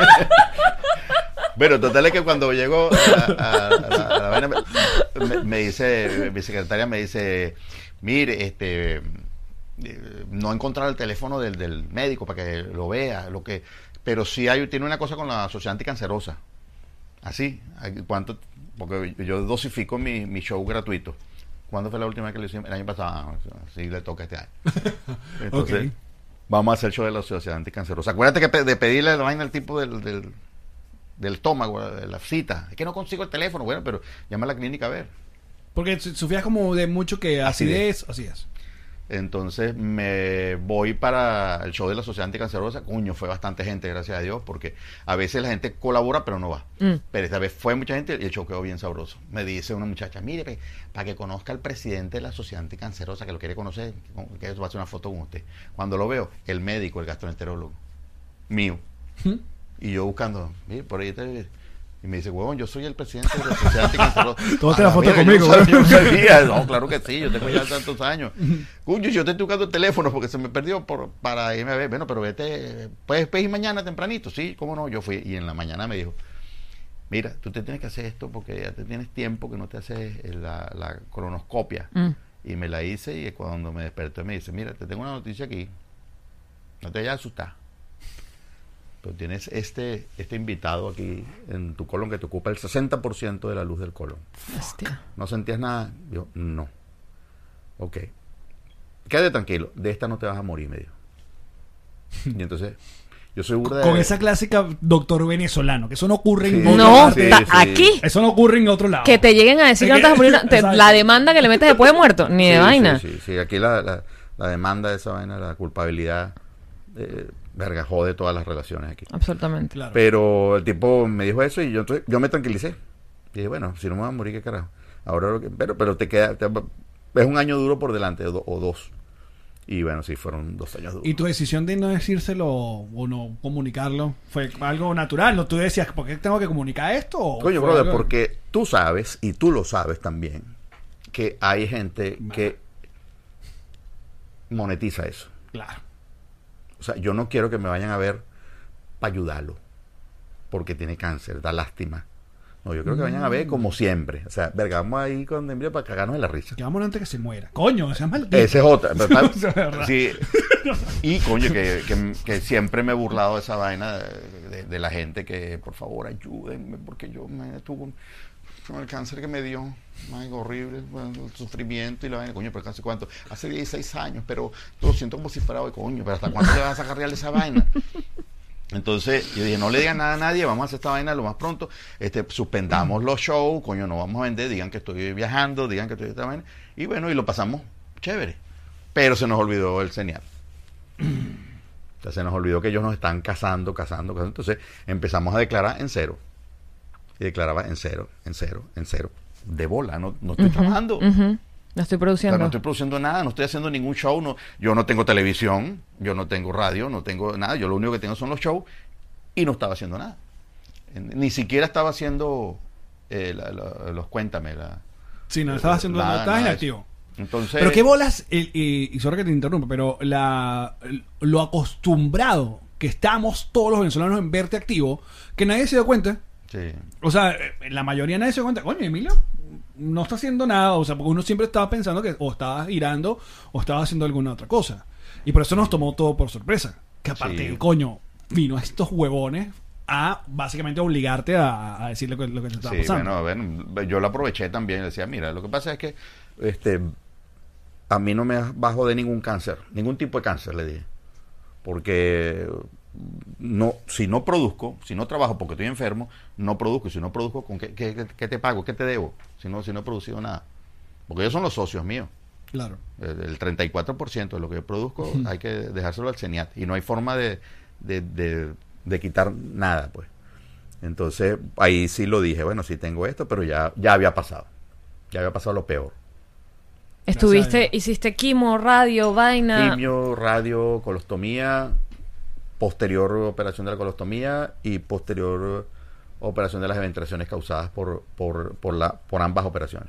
S4: Bueno, total es que cuando llego a, a- a la, a la vaina, me, me dice, mi secretaria me dice, mire, este, eh, no encontrar el teléfono del, del médico para que lo vea, lo que, pero sí hay, tiene una cosa con la sociedad anticancerosa. Así, ¿cuánto? Porque yo dosifico mi, mi show gratuito. ¿Cuándo fue la última vez que lo hicimos? El año pasado. Sí, le toca este año. Entonces,
S3: Ok.
S4: vamos a hacer show de la sociedad anticancerosa. Acuérdate que pe- de pedirle la vaina al tipo del, del, del estómago, de la cita. Es que no consigo el teléfono. Bueno, pero llama a la clínica a ver.
S3: Porque su- sufrías como de mucho que acidez. Así es.
S4: Entonces me voy para el show de la sociedad anticancerosa. Coño, fue bastante gente, gracias a Dios, porque a veces la gente colabora, pero no va.
S2: Mm.
S4: Pero esta vez fue mucha gente y el show quedó bien sabroso. Me dice una muchacha, mire, pe, para que conozca al presidente de la sociedad anticancerosa, que lo quiere conocer, que va a hacer una foto con usted. Cuando lo veo, el médico, el gastroenterólogo, mío.
S3: ¿Mm?
S4: Y yo buscando, mire, por ahí está. Y me dice, huevón, yo soy el presidente de la sociedad anticancerosa.
S3: Tómate
S4: A
S3: la foto
S4: verga,
S3: conmigo,
S4: yo no sabía,
S3: huevón.
S4: yo no sabía. No, claro que sí, yo tengo ya tantos años. Coño, yo te estoy buscando el teléfono porque se me perdió por, para irme a ver. Bueno, pero vete, puedes, puedes ir mañana tempranito. Sí, cómo no, yo fui. Y en la mañana me dijo, mira, tú te tienes que hacer esto porque ya te tienes tiempo que no te haces la, la colonoscopia.
S2: Mm.
S4: Y me la hice y cuando me desperté me dice, mira, te tengo una noticia aquí. No te vayas a asustar. pero tienes este, este invitado aquí en tu colon que te ocupa el sesenta por ciento de la luz del colon.
S2: Hostia.
S4: ¿No sentías nada? Yo, no. Ok. Quédate tranquilo, de esta no te vas a morir, me dijo. Y entonces, yo soy burda de...
S3: Con esa clásica doctor venezolano, que eso no ocurre en
S4: Sí.
S3: otra
S2: No,
S3: parte.
S4: sí,
S2: ta-
S4: sí.
S2: aquí.
S3: Eso no ocurre en otro lado.
S2: Que te lleguen a decir que no te vas a morir, te-
S3: Exacto.
S2: la demanda que le metes después de muerto, ni de
S4: Sí,
S2: vaina.
S4: Sí, sí, sí. Aquí la, la, la demanda de esa vaina, la culpabilidad, eh, verga, jode todas las relaciones aquí.
S2: Absolutamente.
S3: Claro.
S4: Pero el tipo me dijo eso y yo entonces yo me tranquilicé. Y dije, bueno, si no me voy a morir, ¿qué carajo? Ahora lo que, pero, pero te queda, te- es un año duro por delante, o, do- o dos. Y bueno, sí, fueron dos años duros.
S3: ¿Y tu decisión de no decírselo o no comunicarlo fue algo natural? ¿No tú decías, ¿por qué tengo que comunicar esto? ¿O
S4: Coño,
S3: fue
S4: brother,
S3: algo-
S4: porque tú sabes, y tú lo sabes también, que hay gente que monetiza eso.
S3: Claro.
S4: O sea, yo no quiero que me vayan a ver para ayudarlo, porque tiene cáncer, da lástima. No, yo creo que vayan a ver como siempre. O sea, verga, vamos ahí con Emilio para cagarnos de la risa.
S3: Que vamos antes que se muera. Coño, seas maldito.
S4: Esa es otra. ¿verdad?
S3: Eso es verdad.
S4: Sí. Y coño, que, que, que siempre me he burlado de esa vaina de, de- de la gente que, por favor, ayúdenme, porque yo me tuve con el cáncer que me dio. Ay, horrible, bueno, el sufrimiento y la vaina. Coño, pero ¿hace cuánto? Hace dieciséis años, pero lo siento como si fuera hoy. Coño, pero ¿hasta cuándo le vas a sacar real esa vaina? Entonces yo dije, no le digan nada a nadie, vamos a hacer esta vaina lo más pronto, este, suspendamos los shows, coño, no vamos a vender, digan que estoy viajando, digan que estoy esta vaina, y bueno, y lo pasamos chévere. Pero se nos olvidó el señal. O sea, se nos olvidó que ellos nos están cazando, cazando, cazando. Entonces empezamos a declarar en cero. Y declaraba en cero, en cero, en cero. De bola, no, no estoy trabajando.
S2: Ujú. No estoy
S4: O
S2: produciendo.
S4: sea, no estoy produciendo nada, no estoy haciendo ningún show, no, yo no tengo televisión, yo no tengo radio, no tengo nada, yo lo único que tengo son los shows y no estaba haciendo nada. En- Ni siquiera estaba haciendo eh, la- la- los cuéntame. La,
S3: Sí, no estabas haciendo
S4: nada,
S3: nada, estabas
S4: nada de
S3: inactivo.
S4: eso. Entonces,
S3: Pero qué bolas, el- y, y sorry que te interrumpa, pero la, lo acostumbrado que estamos todos los venezolanos en verte activo, que nadie se dio cuenta.
S4: sí.
S3: O sea, eh, la mayoría nadie se dio cuenta. Coño, Emilio no está haciendo nada. O sea, porque uno siempre estaba pensando que o estaba girando o estaba haciendo alguna otra cosa. Y por eso nos tomó todo por sorpresa. Que aparte,
S4: Sí.
S3: coño, vino a estos huevones a básicamente obligarte a, a decir lo que, lo que te estaba
S4: Sí,
S3: pasando.
S4: bueno, bueno, yo lo aproveché también. Le decía, mira, lo que pasa es que este, a mí no me bajo de ningún cáncer, ningún tipo de cáncer, le dije. Porque no, si no produzco, si no trabajo porque estoy enfermo, no produzco. Y si no produzco, ¿con qué, qué- qué te pago? ¿Qué te debo? Si no, si no he producido nada. Porque ellos son los socios míos.
S3: Claro.
S4: El, el treinta y cuatro por ciento de lo que yo produzco hay que dejárselo al CENIAT. Y no hay forma de, de, de, de quitar nada, pues. Entonces, ahí sí lo dije, bueno, sí tengo esto, pero ya, ya había pasado. Ya había pasado lo peor.
S2: Estuviste,
S3: Gracias a Dios.
S2: hiciste quimo, radio, vaina.
S4: Quimio, radio, colostomía, posterior operación de la colostomía y posterior operación de las ventilaciones causadas por, por, por, la, por ambas operaciones.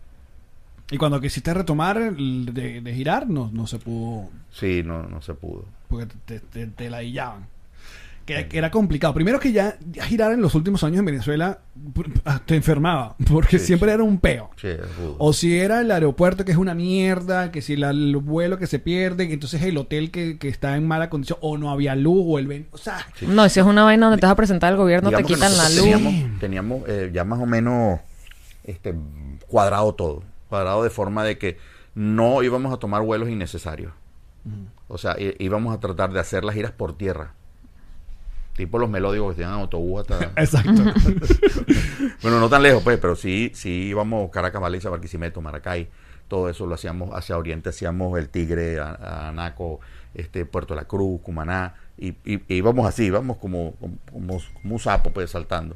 S3: Y cuando quisiste retomar el de, de girar, no, no se pudo.
S4: Sí, no, no se pudo.
S3: Porque te, te, te la hillaban. Que, que era complicado. Primero que ya, ya girar en los últimos años en Venezuela p- te enfermaba. Porque
S4: Sí,
S3: siempre
S4: sí.
S3: era un peo.
S4: Sí, es rudo.
S3: O si era el aeropuerto que es una mierda, que si la- el vuelo que se pierde, que entonces el hotel que, que está en mala condición, o no había luz, o el ven... O sea,
S4: Sí.
S2: No, si es una vaina donde te vas a presentar al gobierno, te
S4: Digamos que
S2: quitan la
S4: nosotros
S2: luz.
S4: Teníamos, teníamos eh, ya más o menos este, cuadrado todo. Cuadrado de forma de que no íbamos a tomar vuelos innecesarios. O sea, í- íbamos a tratar de hacer las giras por tierra. Tipo los melódicos que tienen autobús hasta...
S3: exacto.
S4: Bueno, no tan lejos, pues, pero sí, sí íbamos Caracas, Valencia, Barquisimeto, Maracay. Todo eso lo hacíamos hacia Oriente, hacíamos el Tigre, a- a Anaco, este, Puerto La Cruz, Cumaná. Y, y- y íbamos así, íbamos como, como, como un sapo, pues, saltando.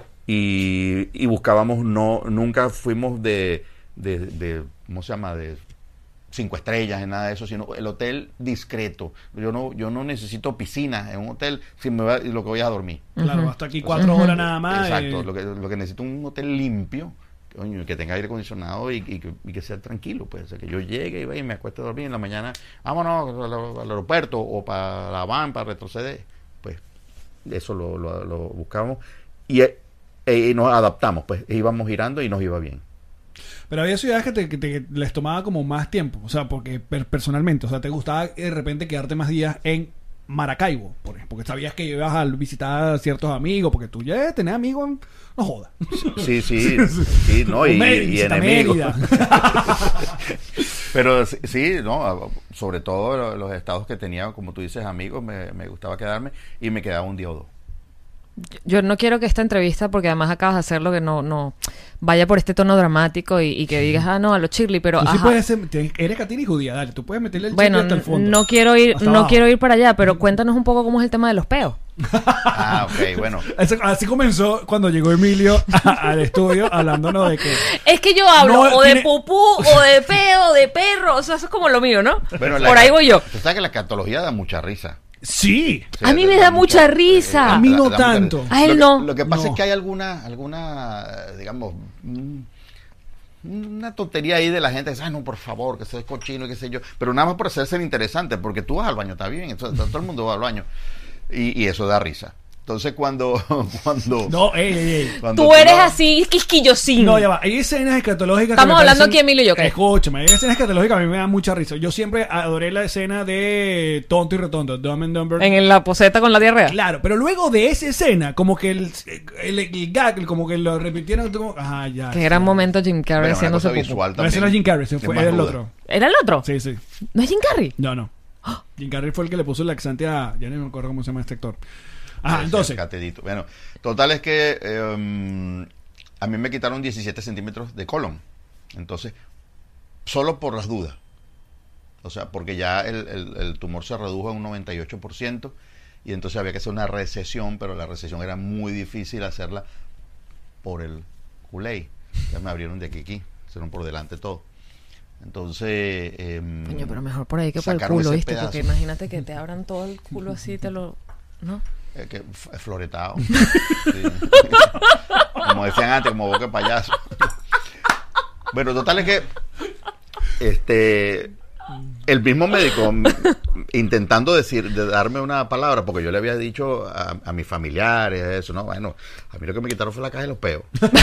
S4: Y, y buscábamos, no, nunca fuimos de, de, de, ¿cómo se llama? De cinco estrellas, en nada de eso, sino el hotel discreto. Yo no, yo no necesito piscina en un hotel, si me va, lo que voy a dormir.
S3: Claro, hasta aquí cuatro
S2: Ujú.
S3: horas nada más.
S4: Exacto,
S3: eh,
S4: lo que, lo que necesito es un hotel limpio, coño, que tenga aire acondicionado y, y que, y que sea tranquilo, pues, o sea, que yo llegue y, vaya y me acueste a dormir en la mañana, vámonos al, al aeropuerto o para la van, para retroceder, pues eso lo, lo, lo buscamos y, eh, y nos adaptamos, pues íbamos girando y nos iba bien.
S3: Pero había ciudades que, te, que te- que les tomaba como más tiempo. O sea, porque per- personalmente, o sea, te gustaba de repente quedarte más días en Maracaibo, por ejemplo, porque sabías que ibas a visitar a ciertos amigos, porque tú ya tenés amigos, en- no jodas.
S4: Sí, sí, sí, no, y,
S3: Mérida,
S4: y
S3: visita
S4: enemigos.
S3: Mérida.
S4: Pero sí, sí, no, sobre todo lo- los estados que tenía, como tú dices, amigos, me, me gustaba quedarme y me quedaba un día o dos.
S2: Yo no quiero que esta entrevista, porque además acabas de hacerlo, que no, no vaya por este tono dramático y, y que digas, ah, no, a los Shirley, pero
S3: Tú sí
S2: ajá.
S3: puedes ser, tienes- eres Catina y judía, dale, tú puedes meterle el
S2: Bueno,
S3: chicle hasta el fondo.
S2: no quiero ir,
S3: Hasta
S2: no
S3: abajo.
S2: quiero ir para allá, pero cuéntanos un poco cómo es el tema de los peos.
S4: Ah, ok, bueno.
S3: Así, así comenzó cuando llegó Emilio a- al estudio hablándonos de que
S2: Es que yo hablo
S3: No,
S2: o de
S3: tiene-
S2: pupú, o de peo, o de perro, o sea, eso es como lo mío, ¿no?
S4: Bueno, la-
S2: Por ahí voy yo.
S4: Tú sabes que la catología da mucha risa.
S3: sí,
S4: Sí,
S2: A mí me da mucha risa.
S3: A mí no
S4: da- da mucha
S3: tanto.
S4: risa.
S2: A él
S4: Lo que-
S2: no.
S4: Lo que pasa
S3: No.
S4: es que hay alguna, alguna, eh, digamos, mm, una tontería ahí de la gente que dice, ay, no, por favor, que sea cochino y qué sé yo. Pero nada más por hacerse el interesante, porque tú vas al baño, está bien, entonces, todo el mundo va al baño. Y, y eso da risa. Entonces, cuando... cuando
S3: no, ey, ey, ey.
S4: cuando
S2: Tú eres
S4: no-
S2: así quisquillosín.
S3: No, ya va. Hay escenas escatológicas.
S2: Estamos
S3: que me
S2: hablando
S3: parecen-
S2: aquí, Emilio y yo, ¿qué?
S3: Escúchame, hay escenas escatológicas que a mí me dan mucha risa. Yo siempre adoré la escena de Tonto y Retonto, Dumb and Dumber.
S2: En la poseta con la diarrea.
S3: Claro, pero luego de esa escena, como que el, el, el gag, como que lo repitieron. Como, ah, ya.
S2: Qué gran momento Jim Carrey
S4: Bueno, una
S2: haciéndose
S4: cosa
S2: pupú.
S4: visual
S3: No,
S4: también.
S3: ese no es Jim Carrey, ese
S4: es
S3: fue
S4: más
S3: el
S4: ruda.
S3: otro.
S2: ¿Era el otro?
S3: Sí, sí.
S2: ¿No es Jim Carrey?
S3: No, no. Jim Carrey fue el que le puso el laxante a. Ya no me acuerdo cómo se llama este actor. Ajá,
S4: Ese
S3: entonces.
S4: catedito. Bueno, total es que eh, um, a mí me quitaron diecisiete centímetros de colon. Entonces, solo por las dudas. O sea, porque ya el, el- el tumor se redujo en un noventa y ocho por ciento y entonces había que hacer una recesión, pero la recesión era muy difícil hacerla por el culé. Ya me abrieron de aquí a aquí, hicieron por delante todo. Entonces... em,
S2: Coño, pero mejor por ahí que por el
S4: sacaron
S2: culo,
S4: ese
S2: ¿viste?
S4: pedazo.
S2: Porque imagínate que te abran todo el culo así y te lo... ¿No?
S4: Eh, que f- floretado. Sí. Como decían antes, como boca de payaso. Bueno, total es que este el mismo médico m- intentando decir, de darme una palabra, porque yo le había dicho a, a mis familiares eso, no, bueno, a mí lo que me quitaron fue la caja de los peos.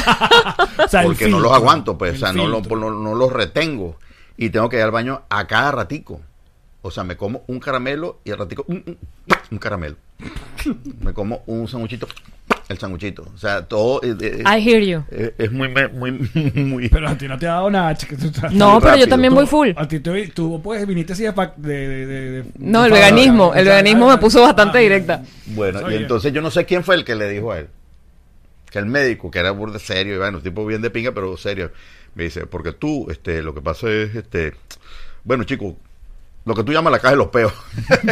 S3: O sea, el
S4: Porque no
S3: filtro,
S4: los aguanto, pues,
S3: el
S4: o sea, no, lo-
S3: filtro.
S4: no, no los retengo. Y tengo que ir al baño a cada ratico. O sea, me como un caramelo y al ratico un, un, un caramelo. Me como un sanguchito, el sanguchito. O sea, todo eh, eh,
S2: I hear you.
S4: eh, es muy, me- muy, muy...
S3: Pero a ti no te ha dado nada, chica. Tú estás-
S2: No, pero yo
S4: rápido.
S2: también
S3: tú-
S2: voy full.
S3: A ti te, tú pues viniste así de, fac- de, de, de- de-
S2: No,
S3: de
S2: el
S3: fábrica.
S2: veganismo. El
S3: O sea,
S2: veganismo
S3: ah,
S2: me puso bastante
S3: ah,
S2: directa.
S4: Bueno,
S3: Está
S4: y
S3: bien.
S4: entonces yo no sé quién fue el que le dijo a él. Que el médico, que era burde serio, y bueno, tipo bien de pinga, pero serio, me dice, porque tú, este, lo que pasa es, este, bueno, chico, lo que tú llamas la caja de los peos. Y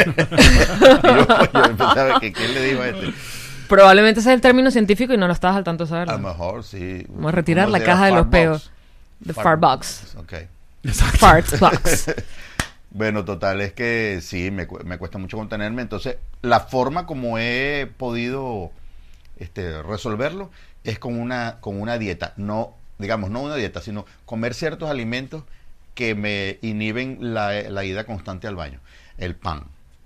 S4: yo, yo empecé a ver que quién le dijo a este.
S2: Probablemente ese es el término científico y no lo estabas al tanto de
S4: A lo
S2: saberlo.
S4: mejor, sí.
S2: Vamos a retirar
S4: ¿Cómo
S2: la
S4: se
S2: caja de
S4: llama?
S2: los
S4: Fart
S2: peos.
S4: box.
S2: The
S4: Fart
S2: fart box.
S4: Ok.
S3: Exacto.
S2: Fart box.
S4: Bueno, total es que sí, me, cu- me cuesta mucho contenerme. Entonces, la forma como he podido este, resolverlo es con una, con una dieta. No, digamos, no una dieta, sino comer ciertos alimentos que me inhiben la, la ida constante al baño. El pan.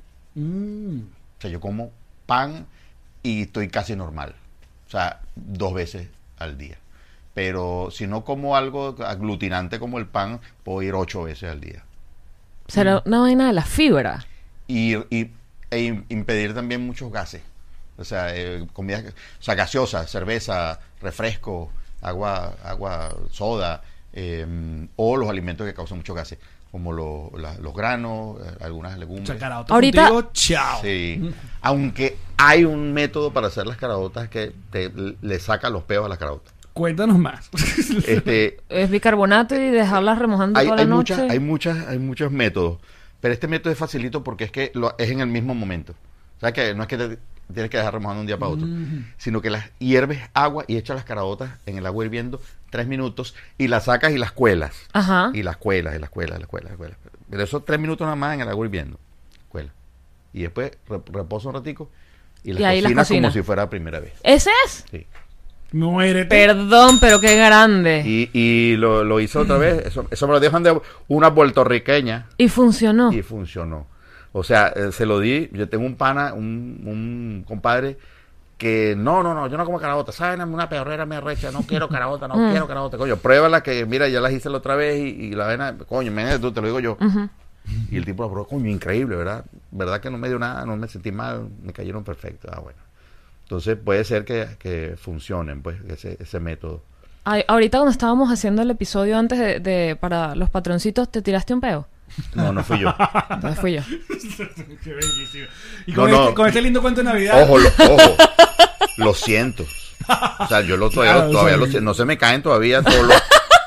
S3: Mm.
S4: O sea, yo como pan y estoy casi normal. O sea, dos veces al día. Pero si no como algo aglutinante como el pan, puedo ir ocho veces al día.
S2: Será una vaina de la fibra.
S4: Y, y- e im- impedir también muchos gases. O sea, eh, comida, o sea, gaseosa, cerveza, refresco, agua, agua, soda, eh, o los alimentos que causan muchos gases, como lo- la- los granos, eh, algunas legumbres.
S3: O sea, caraota
S2: Ahorita-
S3: contigo, chao.
S4: Sí. Aunque hay un método para hacer las caraotas que te, le saca los peos a las caraotas.
S3: Cuéntanos más.
S4: Este,
S2: Es bicarbonato y dejarlas remojando
S4: hay,
S2: toda la
S4: hay
S2: noche.
S4: muchas, hay muchas, hay muchos métodos, pero este método es facilito porque es que lo, es en el mismo momento. O sea que no es que te tienes que dejar remojando un día para otro,
S3: Mm.
S4: sino que las hierves agua y echas las caraotas en el agua hirviendo tres minutos y las sacas y las cuelas.
S2: Ajá.
S4: Y las cuelas, y las cuelas, las cuelas, las cuelas. Pero eso tres minutos nada más en el agua hirviendo. Cuela. Y después re- reposa un ratico y las
S2: Y ahí las
S4: cocinas como
S2: cocinas.
S4: si fuera la primera vez.
S2: ¿Ese es?
S4: Sí.
S3: Muérete.
S2: Perdón, pero qué grande.
S4: Y, y lo, lo hizo otra vez. Eso, eso me lo dejan de una puertorriqueña.
S2: Y funcionó.
S4: Y funcionó. O sea, eh, se lo di. Yo tengo un pana, un, un compadre que no, no, no, yo no como caraota. ¿Saben? Una perrera me arrecha. No quiero caraota, no
S2: Mm.
S4: quiero caraota. Coño, pruébala que, mira, ya las hice la otra vez y, y la vena, coño, me, tú te lo digo yo.
S2: Ujú.
S4: Y el tipo la probó, coño, increíble, ¿verdad? verdad que no me dio nada, no me sentí mal, me cayeron perfectos. Ah, bueno. Entonces puede ser que, que funcionen, pues, ese, ese método.
S2: Ay, ahorita cuando estábamos haciendo el episodio antes de, de para los patroncitos, ¿te tiraste un peo?
S4: No, no fui yo.
S2: Entonces fui yo.
S3: Qué bellísimo. Y con,
S4: No, no.
S3: este, con este lindo cuento de Navidad.
S4: Ojo, lo, ojo, lo siento. O sea, yo lo, todavía,
S3: Claro,
S4: todavía
S3: o sea,
S4: lo siento. No se me caen todavía todos los...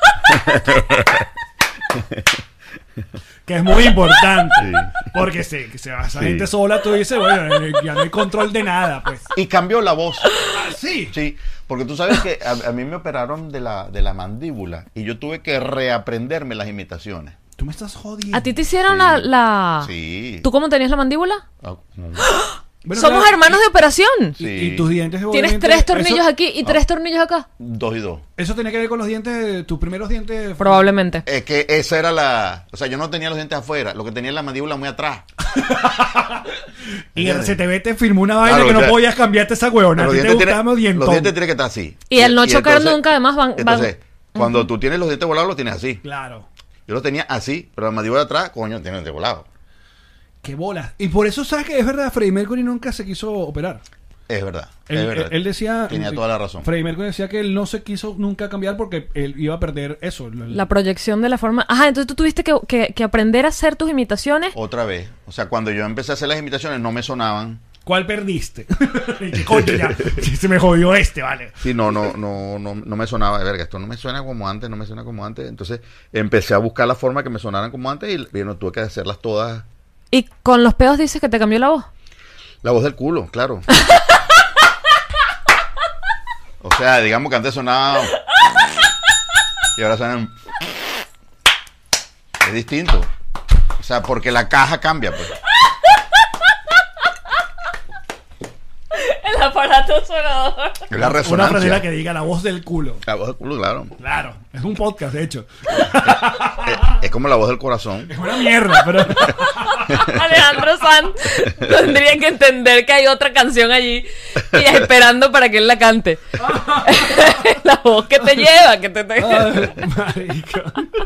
S3: Que es muy importante.
S4: Sí.
S3: Porque se, que se va esa
S4: Sí.
S3: gente sola, tú dices, bueno, eh, ya no hay control de nada, pues.
S4: Y cambió la voz.
S3: Ah, sí.
S4: Sí, porque tú sabes que a, a mí me operaron de la, de la mandíbula y yo tuve que reaprenderme las imitaciones.
S3: Tú me estás jodiendo.
S2: ¿A ti te hicieron
S4: Sí.
S2: la, la...
S4: Sí.
S2: ¿Tú cómo tenías la mandíbula?
S4: Ah, no.
S3: Bueno,
S2: Somos
S3: claro,
S2: hermanos de operación.
S3: Y,
S4: Sí.
S3: y tus dientes,
S2: Tienes
S3: obviamente,
S2: tres tornillos
S3: eso,
S2: aquí y tres tornillos acá.
S4: Dos y dos.
S3: Eso tenía que ver con los dientes, tus primeros dientes.
S2: Probablemente.
S4: Es que esa era la... O sea, yo no tenía los dientes afuera, lo que tenía es la mandíbula muy atrás.
S3: Y el C T V te firmó una vaina
S4: Claro,
S3: que no
S4: o sea,
S3: podías cambiarte esa huevona. A
S4: Los
S3: ti te
S4: dientes,
S3: gustaban los
S4: tienen, los
S3: dientón.
S4: dientes tienen que estar así.
S2: Y al no chocar
S4: entonces-
S2: nunca, además, van- van-
S4: Entonces, cuando tú tienes los dientes volados, los tienes así.
S3: Claro.
S4: Yo los tenía así, pero la mandíbula de atrás, coño, tiene los dientes volados.
S3: Qué bolas. Y por eso, ¿sabes que es verdad? Freddie Mercury nunca se quiso operar.
S4: Es verdad,
S3: Él,
S4: es verdad.
S3: él- él decía...
S4: Tenía toda la razón.
S3: Freddie Mercury decía que él no se quiso nunca cambiar porque él iba a perder eso. el-
S2: La proyección de la forma... Ajá, entonces tú tuviste que, que, que aprender a hacer tus imitaciones.
S4: Otra vez. O sea, cuando yo empecé a hacer las imitaciones, no me sonaban.
S3: ¿Cuál perdiste? Y que, coño, ya. Se me jodió este, vale.
S4: Sí, no, no, no, no, no me sonaba. De verga, esto no me suena como antes, no me suena como antes. Entonces empecé a buscar la forma que me sonaran como antes y bueno, tuve que hacerlas todas.
S2: Y con los pedos dices que te cambió la voz.
S4: La voz del culo, claro. O sea, digamos que antes sonaba y ahora suenan. Es distinto. O sea, porque la caja cambia, pues.
S2: El aparato sonador.
S4: Es la
S3: Una
S4: resonancia.
S3: franela que diga la voz del culo.
S4: La voz del culo, claro.
S3: Claro. Es un podcast, de hecho.
S4: Es, es como la voz del corazón.
S3: Es una mierda, pero...
S2: Alejandro Sanz tendría que entender que hay otra canción allí y esperando para que él la cante. La voz que te lleva, que te... te...
S3: Ay, marico.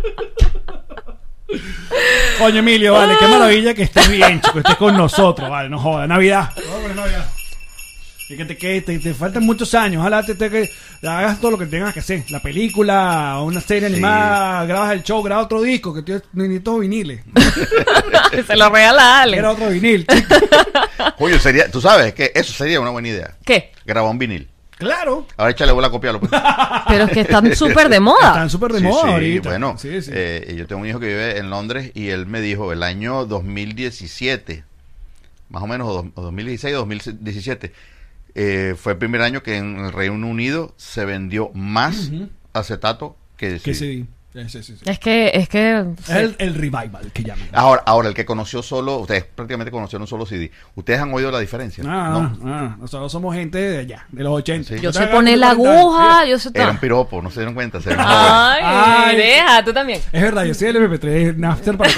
S3: Coño, Emilio, vale, qué maravilla que estés bien, chico, estés con nosotros, vale, no jodas. Navidad. Vamos a Navidad. Y que te, que te, te faltan muchos años. Ojalá te, te, que hagas todo lo que tengas que hacer. La película, una serie
S4: Sí.
S3: animada, grabas el show, grabas otro disco, que tienes necesito viniles.
S2: Se lo regala a Ale.
S3: Era otro vinil, chico.
S4: Coño, sería, tú sabes que eso sería una buena idea.
S2: ¿Qué?
S4: Grabar un vinil.
S3: Claro.
S4: Ahora échale bola a copiarlo. Pues.
S2: Pero es que están súper de moda.
S3: Están súper de
S4: Sí,
S3: moda
S4: sí,
S3: ahorita.
S4: bueno,
S3: Sí, sí.
S4: eh, yo tengo un hijo que vive en Londres y él me dijo el año dos mil diecisiete, más o menos, o, dos- o dos mil dieciséis o dos mil diecisiete, eh, fue el primer año que en el Reino Unido se vendió más
S3: Ujú.
S4: acetato que
S3: Que
S4: C D.
S3: sí. Sí, sí, sí.
S2: Es que, es que...
S3: Es el, el revival que llaman.
S4: Ahora, ahora, el que conoció solo, ustedes prácticamente conocieron solo C D. ¿Ustedes han oído la diferencia?
S3: Ah,
S4: No.
S3: ah, nosotros somos gente de allá, de los ochenta.
S4: Sí.
S2: Yo
S3: te
S2: sé
S3: hagas
S2: poner la
S3: cuarenta años.
S2: aguja, yo sé
S4: Era un
S2: todo.
S4: piropo, no se dieron cuenta. Se dieron jóvenes.
S2: Ay,
S3: Ay.
S2: deja, tú también.
S3: Es verdad, yo soy el eme pe tres Napster para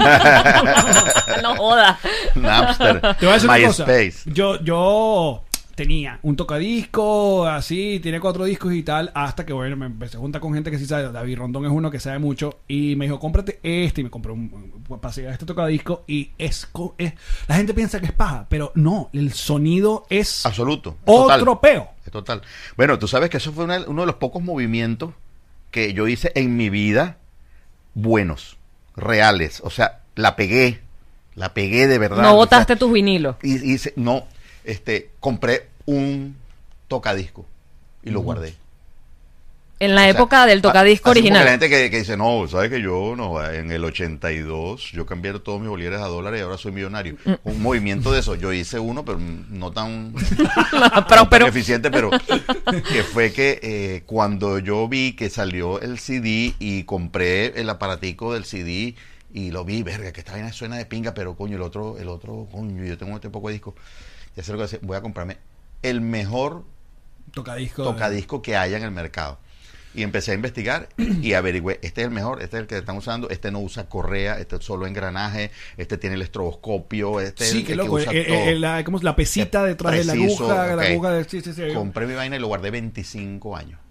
S3: acá.
S2: No jodas.
S4: Napster,
S3: Te voy a decir una cosa.
S4: MySpace.
S3: Yo, yo tenía un tocadisco, así, tiene cuatro discos y tal, hasta que, bueno, me empecé a juntar con gente que sí sabe. David Rondón es uno que sabe mucho, y me dijo, cómprate este, y me compré un, un paseo este tocadisco, y es, co- es, la gente piensa que es paja, pero no, el sonido es
S4: Absoluto.
S3: otro
S4: Total.
S3: peo.
S4: Es total. Bueno, tú sabes que eso fue una- uno de los pocos movimientos que yo hice en mi vida buenos, reales. O sea, la pegué, la pegué de verdad.
S2: No
S4: O
S2: botaste
S4: sea,
S2: tus vinilos.
S4: y, hice- no, este, compré un tocadisco y lo guardé.
S2: En la
S4: O sea,
S2: época del tocadisco
S4: así como que
S2: original.
S4: la gente que, que dice, no, sabes que yo no, en el ochenta y dos yo cambié todos mis bolívares a dólares y ahora soy millonario.
S2: Mm.
S4: Un movimiento de eso. Yo hice uno, pero no tan,
S2: pero,
S4: no
S2: pero,
S4: tan eficiente, pero que fue que eh, cuando yo vi que salió el C D y compré el aparatico del C D y lo vi, verga, que esta vaina suena de pinga, pero coño, el otro, el otro, coño, yo tengo este poco de disco. Ya sé lo que hacer, voy a comprarme el mejor
S3: Tocadisco.
S4: tocadisco que haya en el mercado. Y empecé a investigar y averigüé, este es el mejor, este es el que están usando, este no usa correa, este es solo engranaje, este tiene el estroboscopio, este
S3: Sí,
S4: es
S3: qué
S4: el
S3: loco.
S4: que usa
S3: eh,
S4: todo.
S3: eh, la, ¿cómo es? La pesita
S4: Eh,
S3: detrás de la
S4: preciso,
S3: aguja,
S4: ok.
S3: la aguja de... Sí, sí, sí.
S4: Compré mi vaina y lo guardé veinticinco años.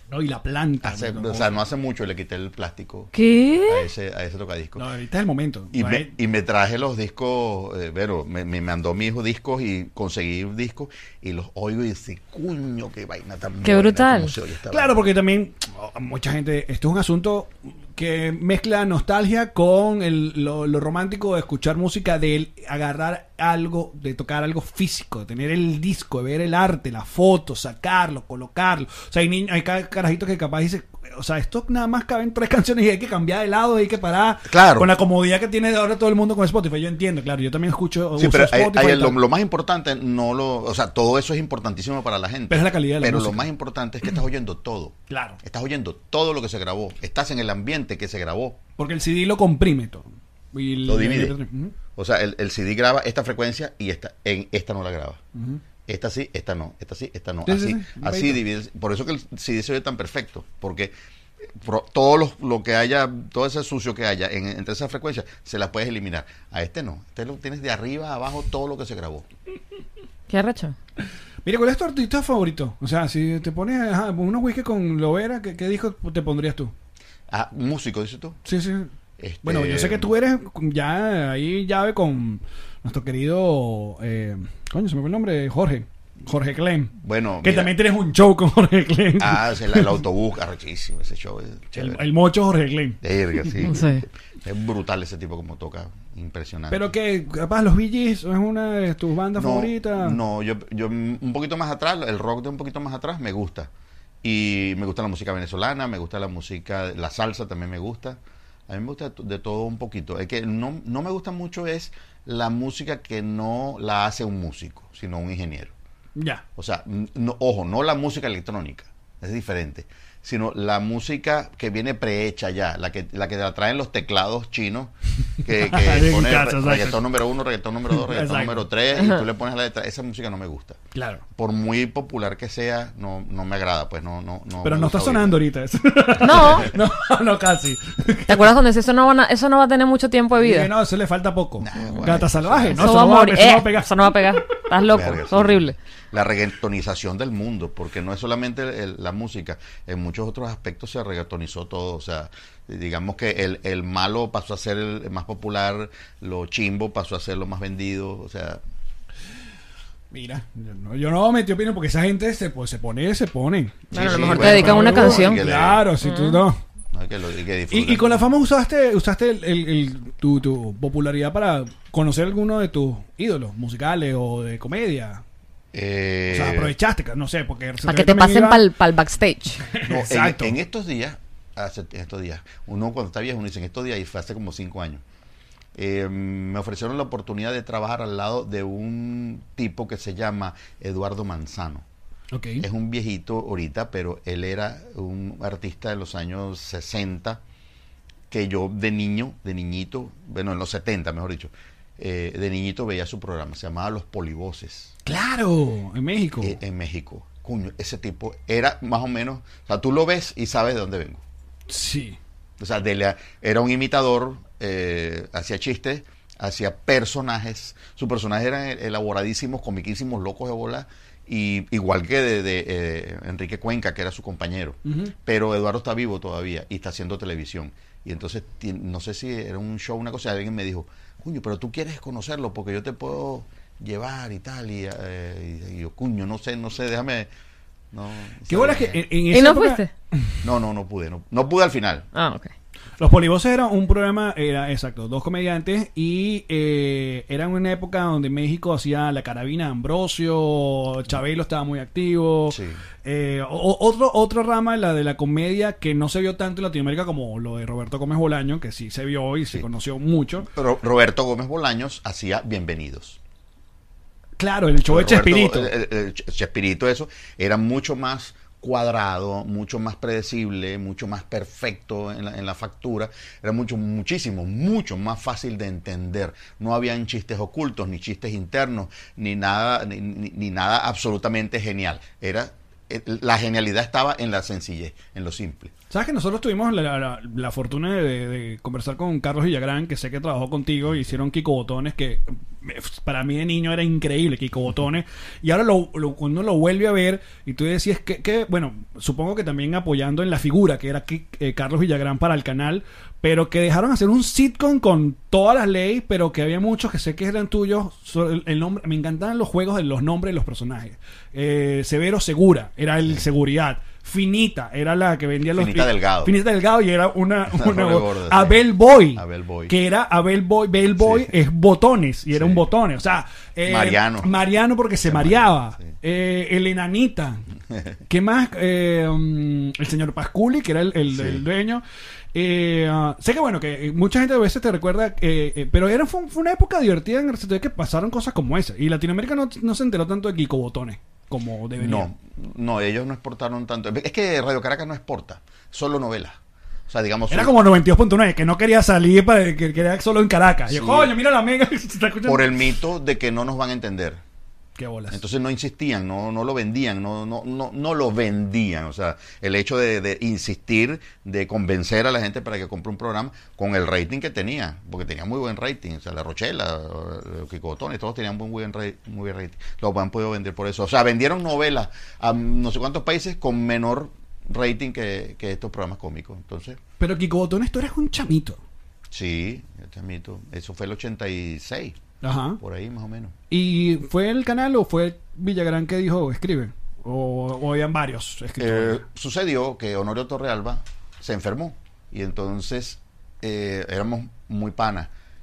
S3: No, y la planta.
S4: Hace,
S3: no,
S4: o sea, no hace mucho le quité el plástico
S2: ¿Qué?
S4: a ese, a ese tocadisco.
S3: No, ahorita es el momento.
S4: Y
S3: No
S4: me,
S3: es-
S4: y me traje los discos, eh, bueno, me, me mandó mi hijo discos y conseguí discos y los oigo y dice, cuño, qué vaina tan
S2: Qué
S4: buena,
S2: brutal.
S4: cómo se oye esta
S3: Claro,
S4: vaina".
S3: porque también oh, mucha gente, esto es un asunto que mezcla nostalgia con el- lo, lo romántico de escuchar música, de el agarrar algo, de tocar algo físico, de tener el disco, de ver el arte, la foto, sacarlo, colocarlo. O sea, hay niños, hay ca- carajitos que capaz dicen, o sea, esto nada más caben tres canciones y hay que cambiar de lado, hay que parar.
S4: Claro.
S3: Con la comodidad que tiene ahora todo el mundo con Spotify. Yo entiendo, claro, yo también escucho
S4: Sí,
S3: uso
S4: pero hay-
S3: Spotify
S4: hay-
S3: y
S4: lo,
S3: tal.
S4: lo más importante, no lo, o sea, todo eso es importantísimo para la gente.
S3: Pero es la calidad de la
S4: Pero
S3: música.
S4: lo más importante es que estás oyendo todo.
S3: Claro.
S4: Estás oyendo todo lo que se grabó. Estás en el ambiente que se grabó.
S3: Porque el C D lo comprime todo. Y
S4: Lo
S3: le-
S4: divide.
S3: Ujú.
S4: O sea, el, el C D graba esta frecuencia y esta, en esta no la graba.
S3: Ujú.
S4: Esta sí, esta no, esta sí, esta no.
S3: Sí,
S4: así,
S3: sí, sí,
S4: así
S3: divide.
S4: divide. Por eso que el C D se ve tan perfecto. Porque pro- todo lo, lo que haya, todo ese sucio que haya en, entre esas frecuencias, se las puedes eliminar. A este no. Este lo tienes de arriba a abajo todo lo que se grabó.
S2: ¿Qué arrecho?
S3: Mira, ¿cuál es tu artista favorito? O sea, si te pones ajá, unos whisky con Lovera, ¿qué, qué disco te pondrías tú?
S4: Ah, músico, dices tú.
S3: Sí, sí.
S4: Este,
S3: Bueno, yo sé que tú eres ya ahí llave con nuestro querido, eh, coño, se me fue el nombre, Jorge. Jorge Clem.
S4: Bueno,
S3: Que
S4: mira.
S3: también tienes un show con Jorge Clem.
S4: Ah, es el, el autobús, arrechísimo, ese show es
S3: el,
S4: chévere.
S3: el mocho Jorge Clem.
S4: Verga, sí.
S2: Sí.
S4: Es brutal ese tipo como toca, impresionante.
S3: Pero que, capaz, los Bee Gees es una de tus bandas
S4: no,
S3: favoritas.
S4: No, yo, yo un poquito más atrás, el rock de un poquito más atrás me gusta. Y me gusta la música venezolana, me gusta la música, la salsa también me gusta. A mí me gusta de todo un poquito. El que no, no me gusta mucho es la música que no la hace un músico, sino un ingeniero.
S3: Ya.
S4: O sea, no, ojo, no la música electrónica, es diferente, sino la música que viene prehecha ya, la que la que la traen los teclados chinos, que, que
S3: En
S4: pone
S3: casa,
S4: re-
S3: exacto.
S4: reggaetón número uno, reggaetón número dos, reggaetón
S3: Exacto.
S4: número tres, y tú le pones la letra. Esa música no me gusta.
S3: Claro.
S4: Por muy popular que sea, no, no me agrada, pues no, no, no.
S3: Pero
S4: me
S3: no
S4: gusta
S3: está
S4: oírla.
S3: sonando ahorita eso.
S2: No.
S3: no, no, casi.
S2: ¿Te acuerdas cuando decía, eso no, van a- eso no va a tener mucho tiempo de vida?
S3: Y no, eso le falta poco.
S4: Nah, bueno,
S3: Gata
S4: eso-
S3: salvaje, ¿no?
S2: Eso va a
S3: no
S2: morir.
S3: eso no va
S2: Eh,
S3: a pegar.
S2: eso no va a pegar. Estás loco.
S4: Verga,
S2: Es
S4: sí.
S2: horrible.
S4: La reggaetonización del mundo, porque no es solamente el- el- la música, en muchos otros aspectos se reggaetonizó todo, o sea, digamos que el, el malo pasó a ser el más popular, lo chimbo pasó a ser lo más vendido, o sea,
S3: Mira, yo no, yo no metí opinión porque esa gente se, pues, se pone, se pone.
S2: Bueno, a
S4: sí,
S2: lo mejor te
S4: bueno,
S2: dedican
S4: pero
S2: una
S4: bueno,
S2: canción.
S4: que le-
S3: Claro, si tú no.
S4: no hay que, lo, hay que
S3: Y,
S4: disfrutar.
S3: y con la fama usaste usaste el, el- el- tu, tu popularidad para conocer alguno de tus ídolos musicales o de comedia.
S4: Eh,
S3: O sea, aprovechaste, no sé, porque...
S2: Para que te pasen para el backstage.
S4: no, en,
S3: Exacto.
S4: en estos días, hace, en estos días, uno cuando está viejo, uno dice en estos días, y fue hace como cinco años, eh, me ofrecieron la oportunidad de trabajar al lado de un tipo que se llama Eduardo Manzano.
S3: Ok.
S4: Es un viejito ahorita, pero él era un artista de los años sesenta que yo de niño, de niñito, bueno, en los setenta mejor dicho, eh, de niñito veía su programa, se llamaba Los Polivoces,
S3: Claro, en México.
S4: eh, en México. Cuño, ese tipo era más o menos, o sea, tú lo ves y sabes de dónde vengo.
S3: Sí.
S4: O sea, de la- era un imitador, eh, hacía chistes, hacía personajes. Sus personajes eran elaboradísimos, comiquísimos, locos de bola. Y igual que de, de, eh, Enrique Cuenca, que era su compañero.
S3: Ujú.
S4: Pero Eduardo está vivo todavía y está haciendo televisión. Y entonces, ti- no sé si era un show, una cosa, alguien me dijo, cuño, pero tú quieres conocerlo porque yo te puedo llevar y tal. Y, eh, y- y yo, cuño, no sé, no sé, déjame... No,
S3: Qué bola que en, en
S2: ¿Y
S3: esa
S2: no
S3: época,
S2: fuiste?
S4: no, no, no pude. No, no pude al final.
S2: Ah, ok.
S3: Los Polivoces era un programa, era exacto, dos comediantes y eh, era en una época donde México hacía la carabina de Ambrosio, Chabelo estaba muy activo.
S4: Sí.
S3: Eh, o- otro, otra rama, la de la comedia, que no se vio tanto en Latinoamérica como lo de Roberto Gómez Bolaño, que sí se vio y se
S4: Sí.
S3: conoció mucho.
S4: Pero Roberto Gómez Bolaños hacía Bienvenidos.
S3: Claro, el show de
S4: Roberto-
S3: Chespirito.
S4: El, el- el Chespirito, eso, era mucho más cuadrado, mucho más predecible, mucho más perfecto en la, en la factura, era mucho, muchísimo, mucho más fácil de entender. No habían chistes ocultos, ni chistes internos, ni nada, ni, ni- ni nada absolutamente genial. Era, eh, la genialidad estaba en la sencillez, en lo simple.
S3: ¿Sabes que nosotros tuvimos la, la- la fortuna de, de conversar con Carlos Villagrán, que sé que trabajó contigo, hicieron Kiko Botones, que para mí de niño era increíble, Kiko Botones. Y ahora lo, lo, cuando uno lo vuelve a ver y tú decías que, que, bueno, supongo que también apoyando en la figura que era que, eh, Carlos Villagrán para el canal, pero que dejaron hacer un sitcom con todas las leyes, pero que había muchos que sé que eran tuyos. El, el nombre, me encantaban los juegos de los nombres de los personajes. Eh, Severo Segura era el seguridad. Finita era la que vendía los...
S4: Finita Delgado.
S3: Finita Delgado y era una... una
S4: gorda, sí.
S3: Abel Boy.
S4: Abel Boy.
S3: Que era Abel Boy. Abel Boy
S4: Sí.
S3: es botones y era
S4: Sí.
S3: un botones. O sea... eh,
S4: Mariano.
S3: Mariano porque se,
S4: Se
S3: mareaba.
S4: mareaba, sí.
S3: Eh, el enanita. ¿Qué más? Eh, um, el señor Pasculi, que era el, el,
S4: Sí.
S3: el dueño. Eh, uh, sé que bueno, que mucha gente a veces te recuerda, eh, eh, pero era, fue, fue una época divertida en el sentido de que pasaron cosas como esa. Y Latinoamérica no, no se enteró tanto de Kiko Botones como debería.
S4: No, no, ellos no exportaron tanto. Es que Radio Caracas no exporta, solo novelas. O sea, digamos...
S3: Era
S4: solo-
S3: como noventa y dos punto nueve, que no quería salir, para que quería solo en Caracas. Y yo,
S4: Sí.
S3: coño, mira la mega. Se está escuchando.
S4: por el mito de que no nos van a entender.
S3: Qué bolas.
S4: Entonces no insistían, no, no lo vendían, no, no, no, no lo vendían. O sea, el hecho de, de insistir, de convencer a la gente para que compre un programa con el rating que tenía, porque tenía muy buen rating. O sea, La Rochela, Kiko Botones, todos tenían muy buen, ra- muy buen rating. Lo han podido vender por eso. O sea, vendieron novelas a no sé cuántos países con menor rating que, que estos programas cómicos. Entonces,
S3: Pero Kiko Botones, tú eres un chamito.
S4: sí, el chamito, eso fue el ochenta y seis,
S3: Ajá.
S4: por ahí más o menos.
S3: ¿Y fue el canal o fue Villagrán que dijo escribe? ¿O, o habían varios escritores?
S4: Eh, sucedió que Honorio Torrealba se enfermó y entonces eh, éramos muy panas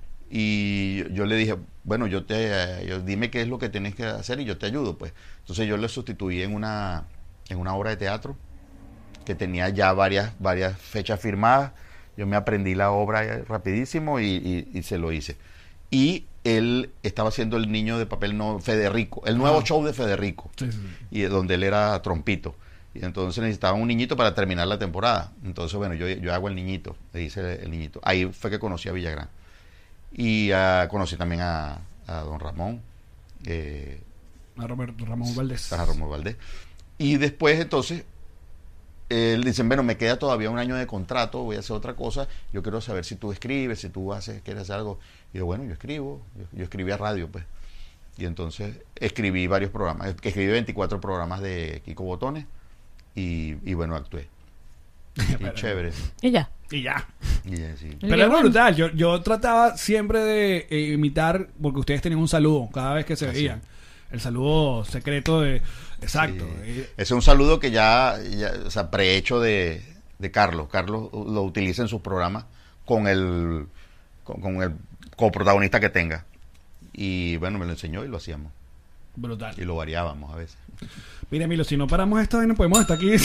S4: y yo le dije, bueno, yo te eh, yo, dime qué es lo que tienes que hacer y yo te ayudo, pues. Entonces yo le sustituí en una en una obra de teatro que tenía ya varias varias fechas firmadas. Yo me aprendí la obra rapidísimo y, y, y se lo hice. Y él estaba haciendo El niño de papel, no, Federico, el nuevo
S3: Ah.
S4: show de Federico,
S3: Sí, sí, sí.
S4: y donde él era trompito. Y entonces necesitaba un niñito para terminar la temporada. Entonces, bueno, yo, yo hago el niñito, le hice el, el niñito. Ahí fue que conocí a Villagrán. Y uh, conocí también a, a don Ramón, eh,
S3: A Roberto Ramón Valdés.
S4: a Ramón Valdés. Y después, entonces, él dicen, bueno, me queda todavía un año de contrato, voy a hacer otra cosa, yo quiero saber si tú escribes, si tú haces, quieres hacer algo. Y yo, bueno, yo escribo, yo, yo escribí a radio, pues. Y entonces escribí varios programas, escribí veinticuatro programas de Kiko Botones y, y bueno, actué. Y chévere.
S2: Y ya.
S3: Y ya.
S4: Y, eh, sí.
S3: Pero es brutal. Yo, yo trataba siempre de eh, imitar, porque ustedes tenían un saludo cada vez que se
S4: Así.
S3: veían. El saludo secreto de... Exacto.
S4: Sí.
S3: Eh,
S4: Ese es un saludo que ya, ya o sea, prehecho de, de Carlos. Carlos lo utiliza en sus programas con el, con, con el coprotagonista que tenga. Y bueno, me lo enseñó y lo hacíamos.
S3: brutal.
S4: Y lo variábamos a veces.
S3: Mira, Emilio, si no paramos esto, no podemos estar aquí.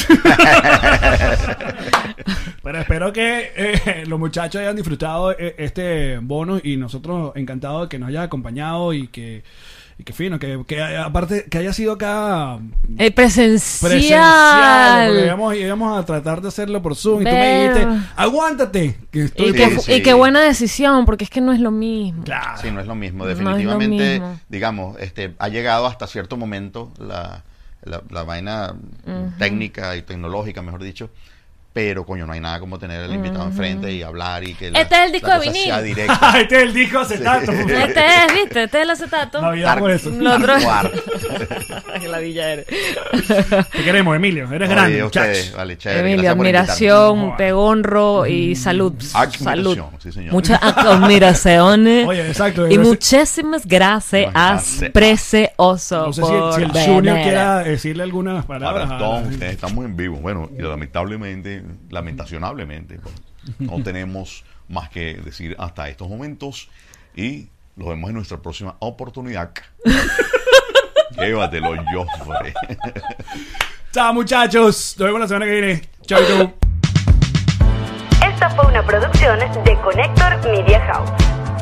S3: Pero espero que eh, los muchachos hayan disfrutado eh, este bono y nosotros encantados de que nos haya acompañado y que, y que fino, que, que aparte que haya sido acá
S2: El presencial.
S3: presencial, porque íbamos, íbamos a tratar de hacerlo por Zoom y tú me
S2: Ver.
S3: dijiste, aguántate. Que estoy
S2: Y,
S4: Sí,
S2: qué,
S3: por-
S4: sí.
S2: y qué buena decisión, porque es que no es lo mismo.
S3: Claro.
S4: Sí, no es lo mismo.
S2: No es lo
S4: Definitivamente,
S2: mismo.
S4: digamos, este, ha llegado hasta cierto momento la, la, la vaina
S2: Ujú.
S4: técnica y tecnológica, mejor dicho. Pero, coño, no hay nada como tener al invitado enfrente y hablar y que la,
S2: Este es el disco
S4: la
S2: de
S4: cosa
S2: vinil.
S4: sea directa.
S3: este es el disco acetato.
S2: Este es, ¿viste? Este es el acetato.
S3: Navidad por eso.
S2: Lo otro-
S4: Tarcuar.
S2: Qué ladilla eres.
S3: Te queremos, Emilio. Eres
S4: Oye,
S3: grande,
S4: ustedes,
S3: muchacho.
S4: vale, chévere.
S2: Emilio,
S4: Gracias por
S2: admiración,
S3: invitarme.
S2: te honro y salud.
S4: Admiración,
S2: Salud.
S4: sí, señor.
S2: Muchas admiraciones.
S3: Oye, exacto.
S2: Y
S3: no sé-
S2: muchísimas gracias,
S4: Gracias.
S2: precioso.
S3: No sé si,
S2: por
S3: si el
S2: venir.
S3: Junior quiera decirle algunas palabras.
S4: Maratón, ustedes estamos en vivo. Bueno, y lamentablemente, lamentacionablemente, pues, no tenemos más que decir hasta estos momentos y los vemos en nuestra próxima oportunidad. Llévatelo, yo, hombre.
S3: Chao, muchachos. Nos vemos la semana que viene. Chao, chao.
S1: Esta fue una producción de Connector Media House.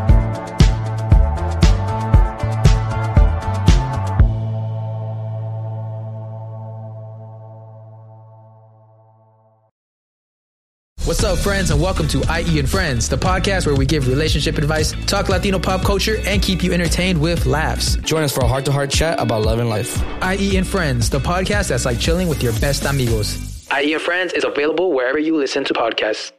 S5: What's up, friends, and welcome to I E and Friends, the podcast where we give relationship advice, talk Latino pop culture, and keep you entertained with laughs.
S6: Join us for a heart-to-heart chat about love and life.
S5: I E and Friends, the podcast that's like chilling with your best amigos.
S6: I E and Friends is available wherever you listen to podcasts.